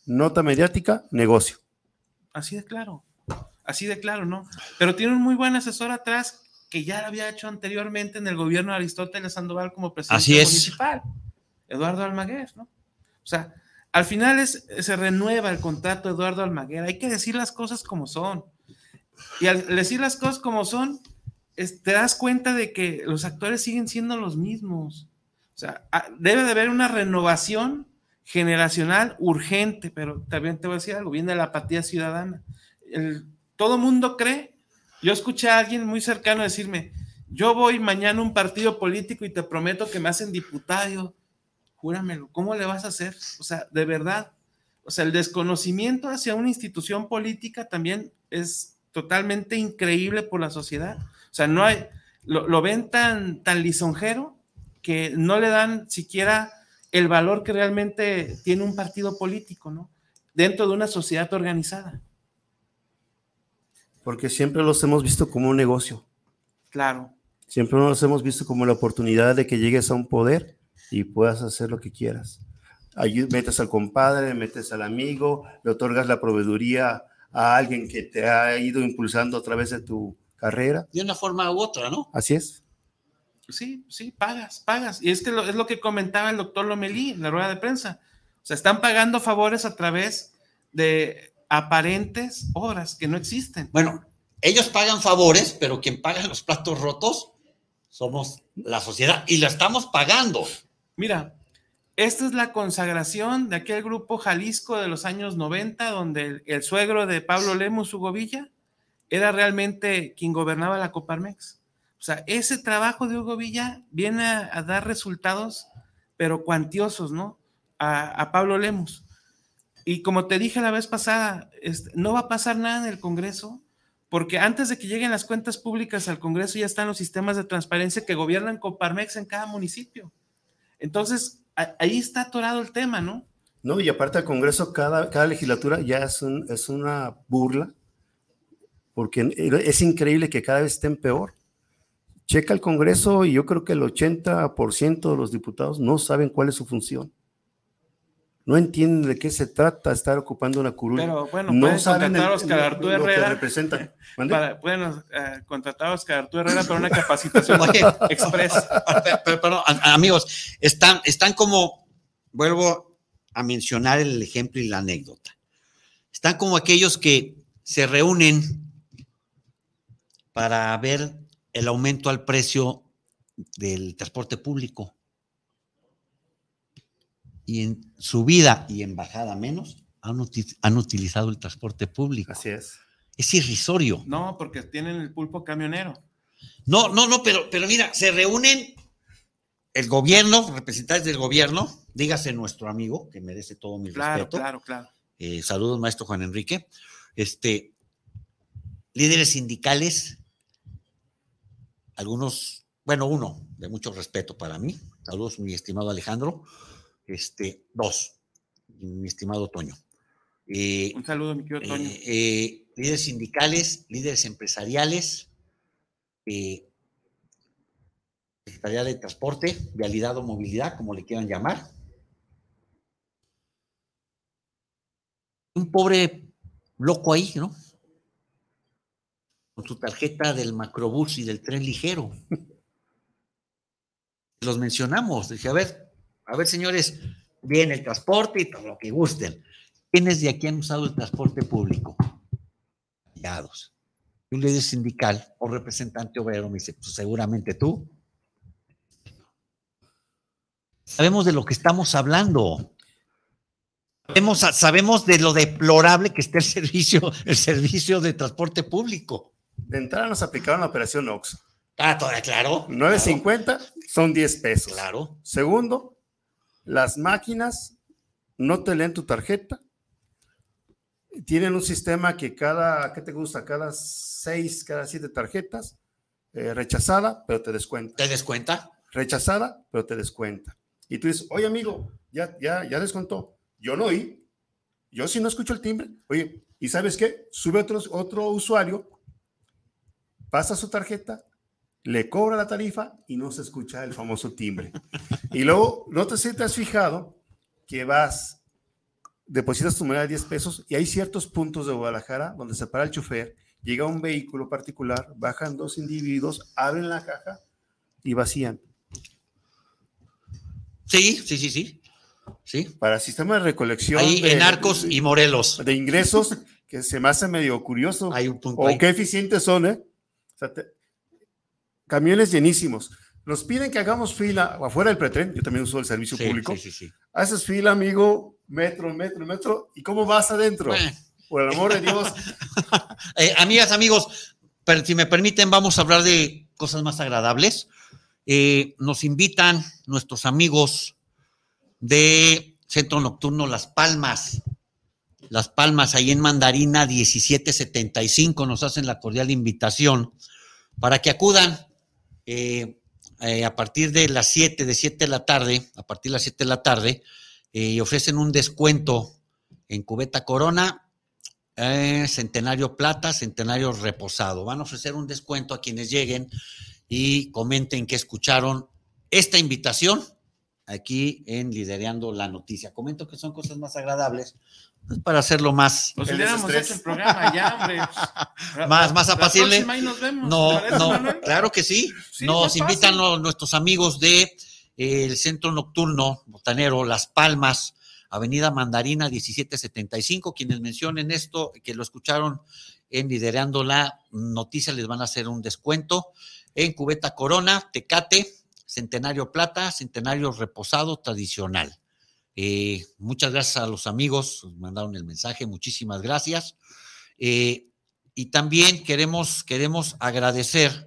nota mediática, negocio. Así de claro, así de claro, ¿no? Pero tiene un muy buen asesor atrás que ya lo había hecho anteriormente en el gobierno de Aristóteles Sandoval como presidente Así es. municipal, Eduardo Almaguer, ¿no? O sea, al final es, se renueva el contrato de Eduardo Almaguer, hay que decir las cosas como son. Y al decir las cosas como son, es, te das cuenta de que los actores siguen siendo los mismos. O sea, debe de haber una renovación generacional urgente, pero también te voy a decir algo, viene la apatía ciudadana. El, todo mundo cree, yo escuché a alguien muy cercano decirme, yo voy mañana a un partido político y te prometo que me hacen diputado. Júramelo, ¿cómo le vas a hacer? O sea, de verdad, o sea, el desconocimiento hacia una institución política también es totalmente increíble por la sociedad. O sea, no hay, lo, lo ven tan, tan lisonjero que no le dan siquiera el valor que realmente tiene un partido político, ¿no? Dentro de una sociedad organizada. Porque siempre los hemos visto como un negocio. Claro. Siempre los hemos visto como la oportunidad de que llegues a un poder y puedas hacer lo que quieras. Ahí metes al compadre, metes al amigo, le otorgas la proveeduría a alguien que te ha ido impulsando a través de tu carrera. De una forma u otra, ¿no? Así es. Sí, sí, pagas, pagas. Y es que lo, es lo que comentaba el doctor Lomelí en la rueda de prensa. O sea, están pagando favores a través de aparentes obras que no existen. Bueno, ellos pagan favores, pero quien paga los platos rotos somos la sociedad y la estamos pagando. Mira, esta es la consagración de aquel grupo Jalisco de los años noventa, donde el, el suegro de Pablo Lemus, Hugo Villa, era realmente quien gobernaba la Coparmex. O sea, ese trabajo de Hugo Villa viene a, a dar resultados, pero cuantiosos, ¿no? A, a Pablo Lemus. Y como te dije la vez pasada, este, no va a pasar nada en el Congreso, porque antes de que lleguen las cuentas públicas al Congreso ya están los sistemas de transparencia que gobiernan Coparmex en cada municipio. Entonces, a, ahí está atorado el tema, ¿no? No, y aparte al Congreso, cada, cada legislatura ya es, un, es una burla, porque es increíble que cada vez estén peor. Checa el Congreso y yo creo que el ochenta por ciento de los diputados no saben cuál es su función. No entienden de qué se trata estar ocupando una curul. Pero bueno, no pueden saben contratar a Oscar el, Arturo lo Herrera. que representan. Para, pueden eh, contratar a Oscar Arturo Herrera para una capacitación express. Pero, pero, amigos, están, están como, vuelvo a mencionar el ejemplo y la anécdota. Están como aquellos que se reúnen para ver el aumento al precio del transporte público. Y en subida y en bajada menos, han, util, han utilizado el transporte público. Así es. Es irrisorio. No, porque tienen el pulpo camionero. No, no, no, pero, pero mira, se reúnen el gobierno, representantes del gobierno, dígase nuestro amigo, que merece todo mi claro, respeto. Claro, claro, claro. Eh, saludos, maestro Juan Enrique. Este, líderes sindicales, algunos, bueno, uno de mucho respeto para mí. Saludos, mi estimado Alejandro. Este, dos, mi estimado Toño. Eh, Un saludo, mi querido Toño. Eh, eh, líderes sindicales, líderes empresariales, eh, Secretaría de Transporte, Vialidad o Movilidad, como le quieran llamar. Un pobre loco ahí, ¿no? Con su tarjeta del macrobús y del tren ligero. Los mencionamos. Dije, a ver, a ver, señores, bien el transporte y todo lo que gusten. ¿Quiénes de aquí han usado el transporte público? Callados. Un líder sindical o representante obrero me dice, pues seguramente tú. Sabemos de lo que estamos hablando. Sabemos, sabemos de lo deplorable que está el servicio, el servicio de transporte público. De entrada nos aplicaron la operación Oxxo. Ah, todavía, claro. nueve cincuenta claro. Son diez pesos. Claro. Segundo, las máquinas no te leen tu tarjeta. Tienen un sistema que cada, ¿qué te gusta? Cada seis, cada siete tarjetas, eh, rechazada, pero te descuenta. ¿Te descuenta? Rechazada, pero te descuenta. Y tú dices, oye, amigo, ya, ya, ya descontó. Yo no oí. Yo sí no escucho el timbre. Oye, ¿y sabes qué? Sube otro, otro usuario, pasa su tarjeta, le cobra la tarifa y no se escucha el famoso timbre. Y luego, no te, te has fijado que vas depositas tu moneda de diez pesos y hay ciertos puntos de Guadalajara donde se para el chofer, llega un vehículo particular, bajan dos individuos, abren la caja y vacían. Sí, sí, sí, sí. sí. Para sistema de recolección. Ahí de, en Arcos de, y Morelos. De ingresos, que se me hace medio curioso. Hay un punto o ahí. qué eficientes son, ¿eh? O sea, te, camiones llenísimos. Nos piden que hagamos fila afuera del pretren. Yo también uso el servicio sí, público. Sí, sí, sí. Haces fila, amigo, metro, metro, metro. ¿Y cómo vas adentro? Bueno. Por el amor de Dios. eh, amigas, amigos, pero si me permiten, vamos a hablar de cosas más agradables. Eh, nos invitan nuestros amigos de Centro Nocturno Las Palmas. Las Palmas, ahí en Mandarina diecisiete setenta y cinco, nos hacen la cordial invitación para que acudan eh, eh, a partir de las siete, de siete de la tarde, a partir de las siete de la tarde, eh, y ofrecen un descuento en cubeta Corona, eh, Centenario Plata, Centenario Reposado. Van a ofrecer un descuento a quienes lleguen y comenten que escucharon esta invitación aquí en Lidereando la Noticia. Comento que son cosas más agradables pues para hacerlo más. Pues hubiéramos hecho el programa ya, hombre. más, más apacible. La próxima ahí nos vemos. No, ¿Te parece, no, Manuel? claro que sí. Sí, Nos muy invitan fácil. los, nuestros amigos de eh, el Centro Nocturno Botanero Las Palmas, Avenida Mandarina diecisiete setenta y cinco. Quienes mencionen esto, que lo escucharon en Lidereando la Noticia, les van a hacer un descuento en cubeta Corona, Tecate, Centenario Plata, Centenario Reposado tradicional. Eh, muchas gracias a los amigos, nos mandaron el mensaje, muchísimas gracias. Eh, y también queremos, queremos agradecer,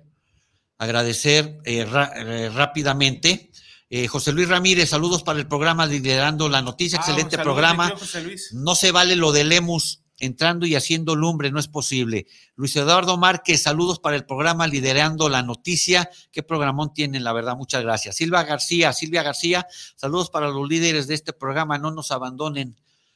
agradecer eh, ra, eh, rápidamente. Eh, José Luis Ramírez, saludos para el programa Liderando la Noticia, Ah, excelente saludos, programa. José Luis. No se vale lo de Lemus entrando y haciendo lumbre, no es posible. Luis Eduardo Márquez, saludos para el programa Liderando la Noticia. Qué programón tienen, la verdad, muchas gracias. Silvia García, Silvia García, saludos para los líderes de este programa, no nos abandonen,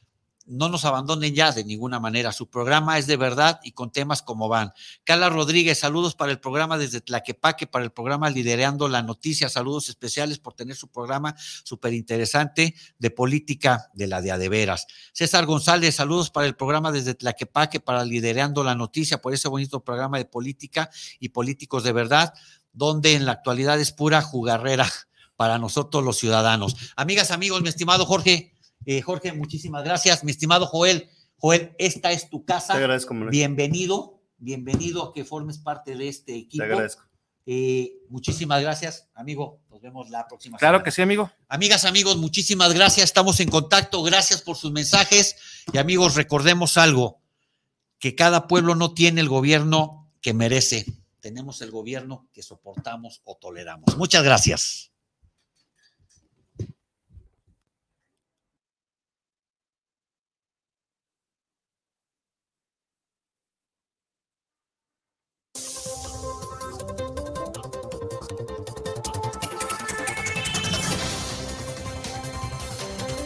no nos abandonen ya de ninguna manera. Su programa es de verdad y con temas como van. Carla Rodríguez, saludos para el programa desde Tlaquepaque, para el programa Lidereando la Noticia. Saludos especiales por tener su programa súper interesante de política de la de a de veras. César González, saludos para el programa desde Tlaquepaque, para Lidereando la Noticia, por ese bonito programa de política y políticos de verdad, donde en la actualidad es pura jugarrera para nosotros los ciudadanos. Amigas, amigos, mi estimado Jorge, Eh, Jorge, muchísimas gracias. Mi estimado Joel, Joel, esta es tu casa. Te agradezco, Manuel. Bienvenido, bienvenido a que formes parte de este equipo. Te agradezco. Eh, muchísimas gracias, amigo. Nos vemos la próxima Claro semana. que sí, amigo. Amigas, amigos, muchísimas gracias. Estamos en contacto. Gracias por sus mensajes. Y amigos, recordemos algo, que cada pueblo no tiene el gobierno que merece. Tenemos el gobierno que soportamos o toleramos. Muchas gracias.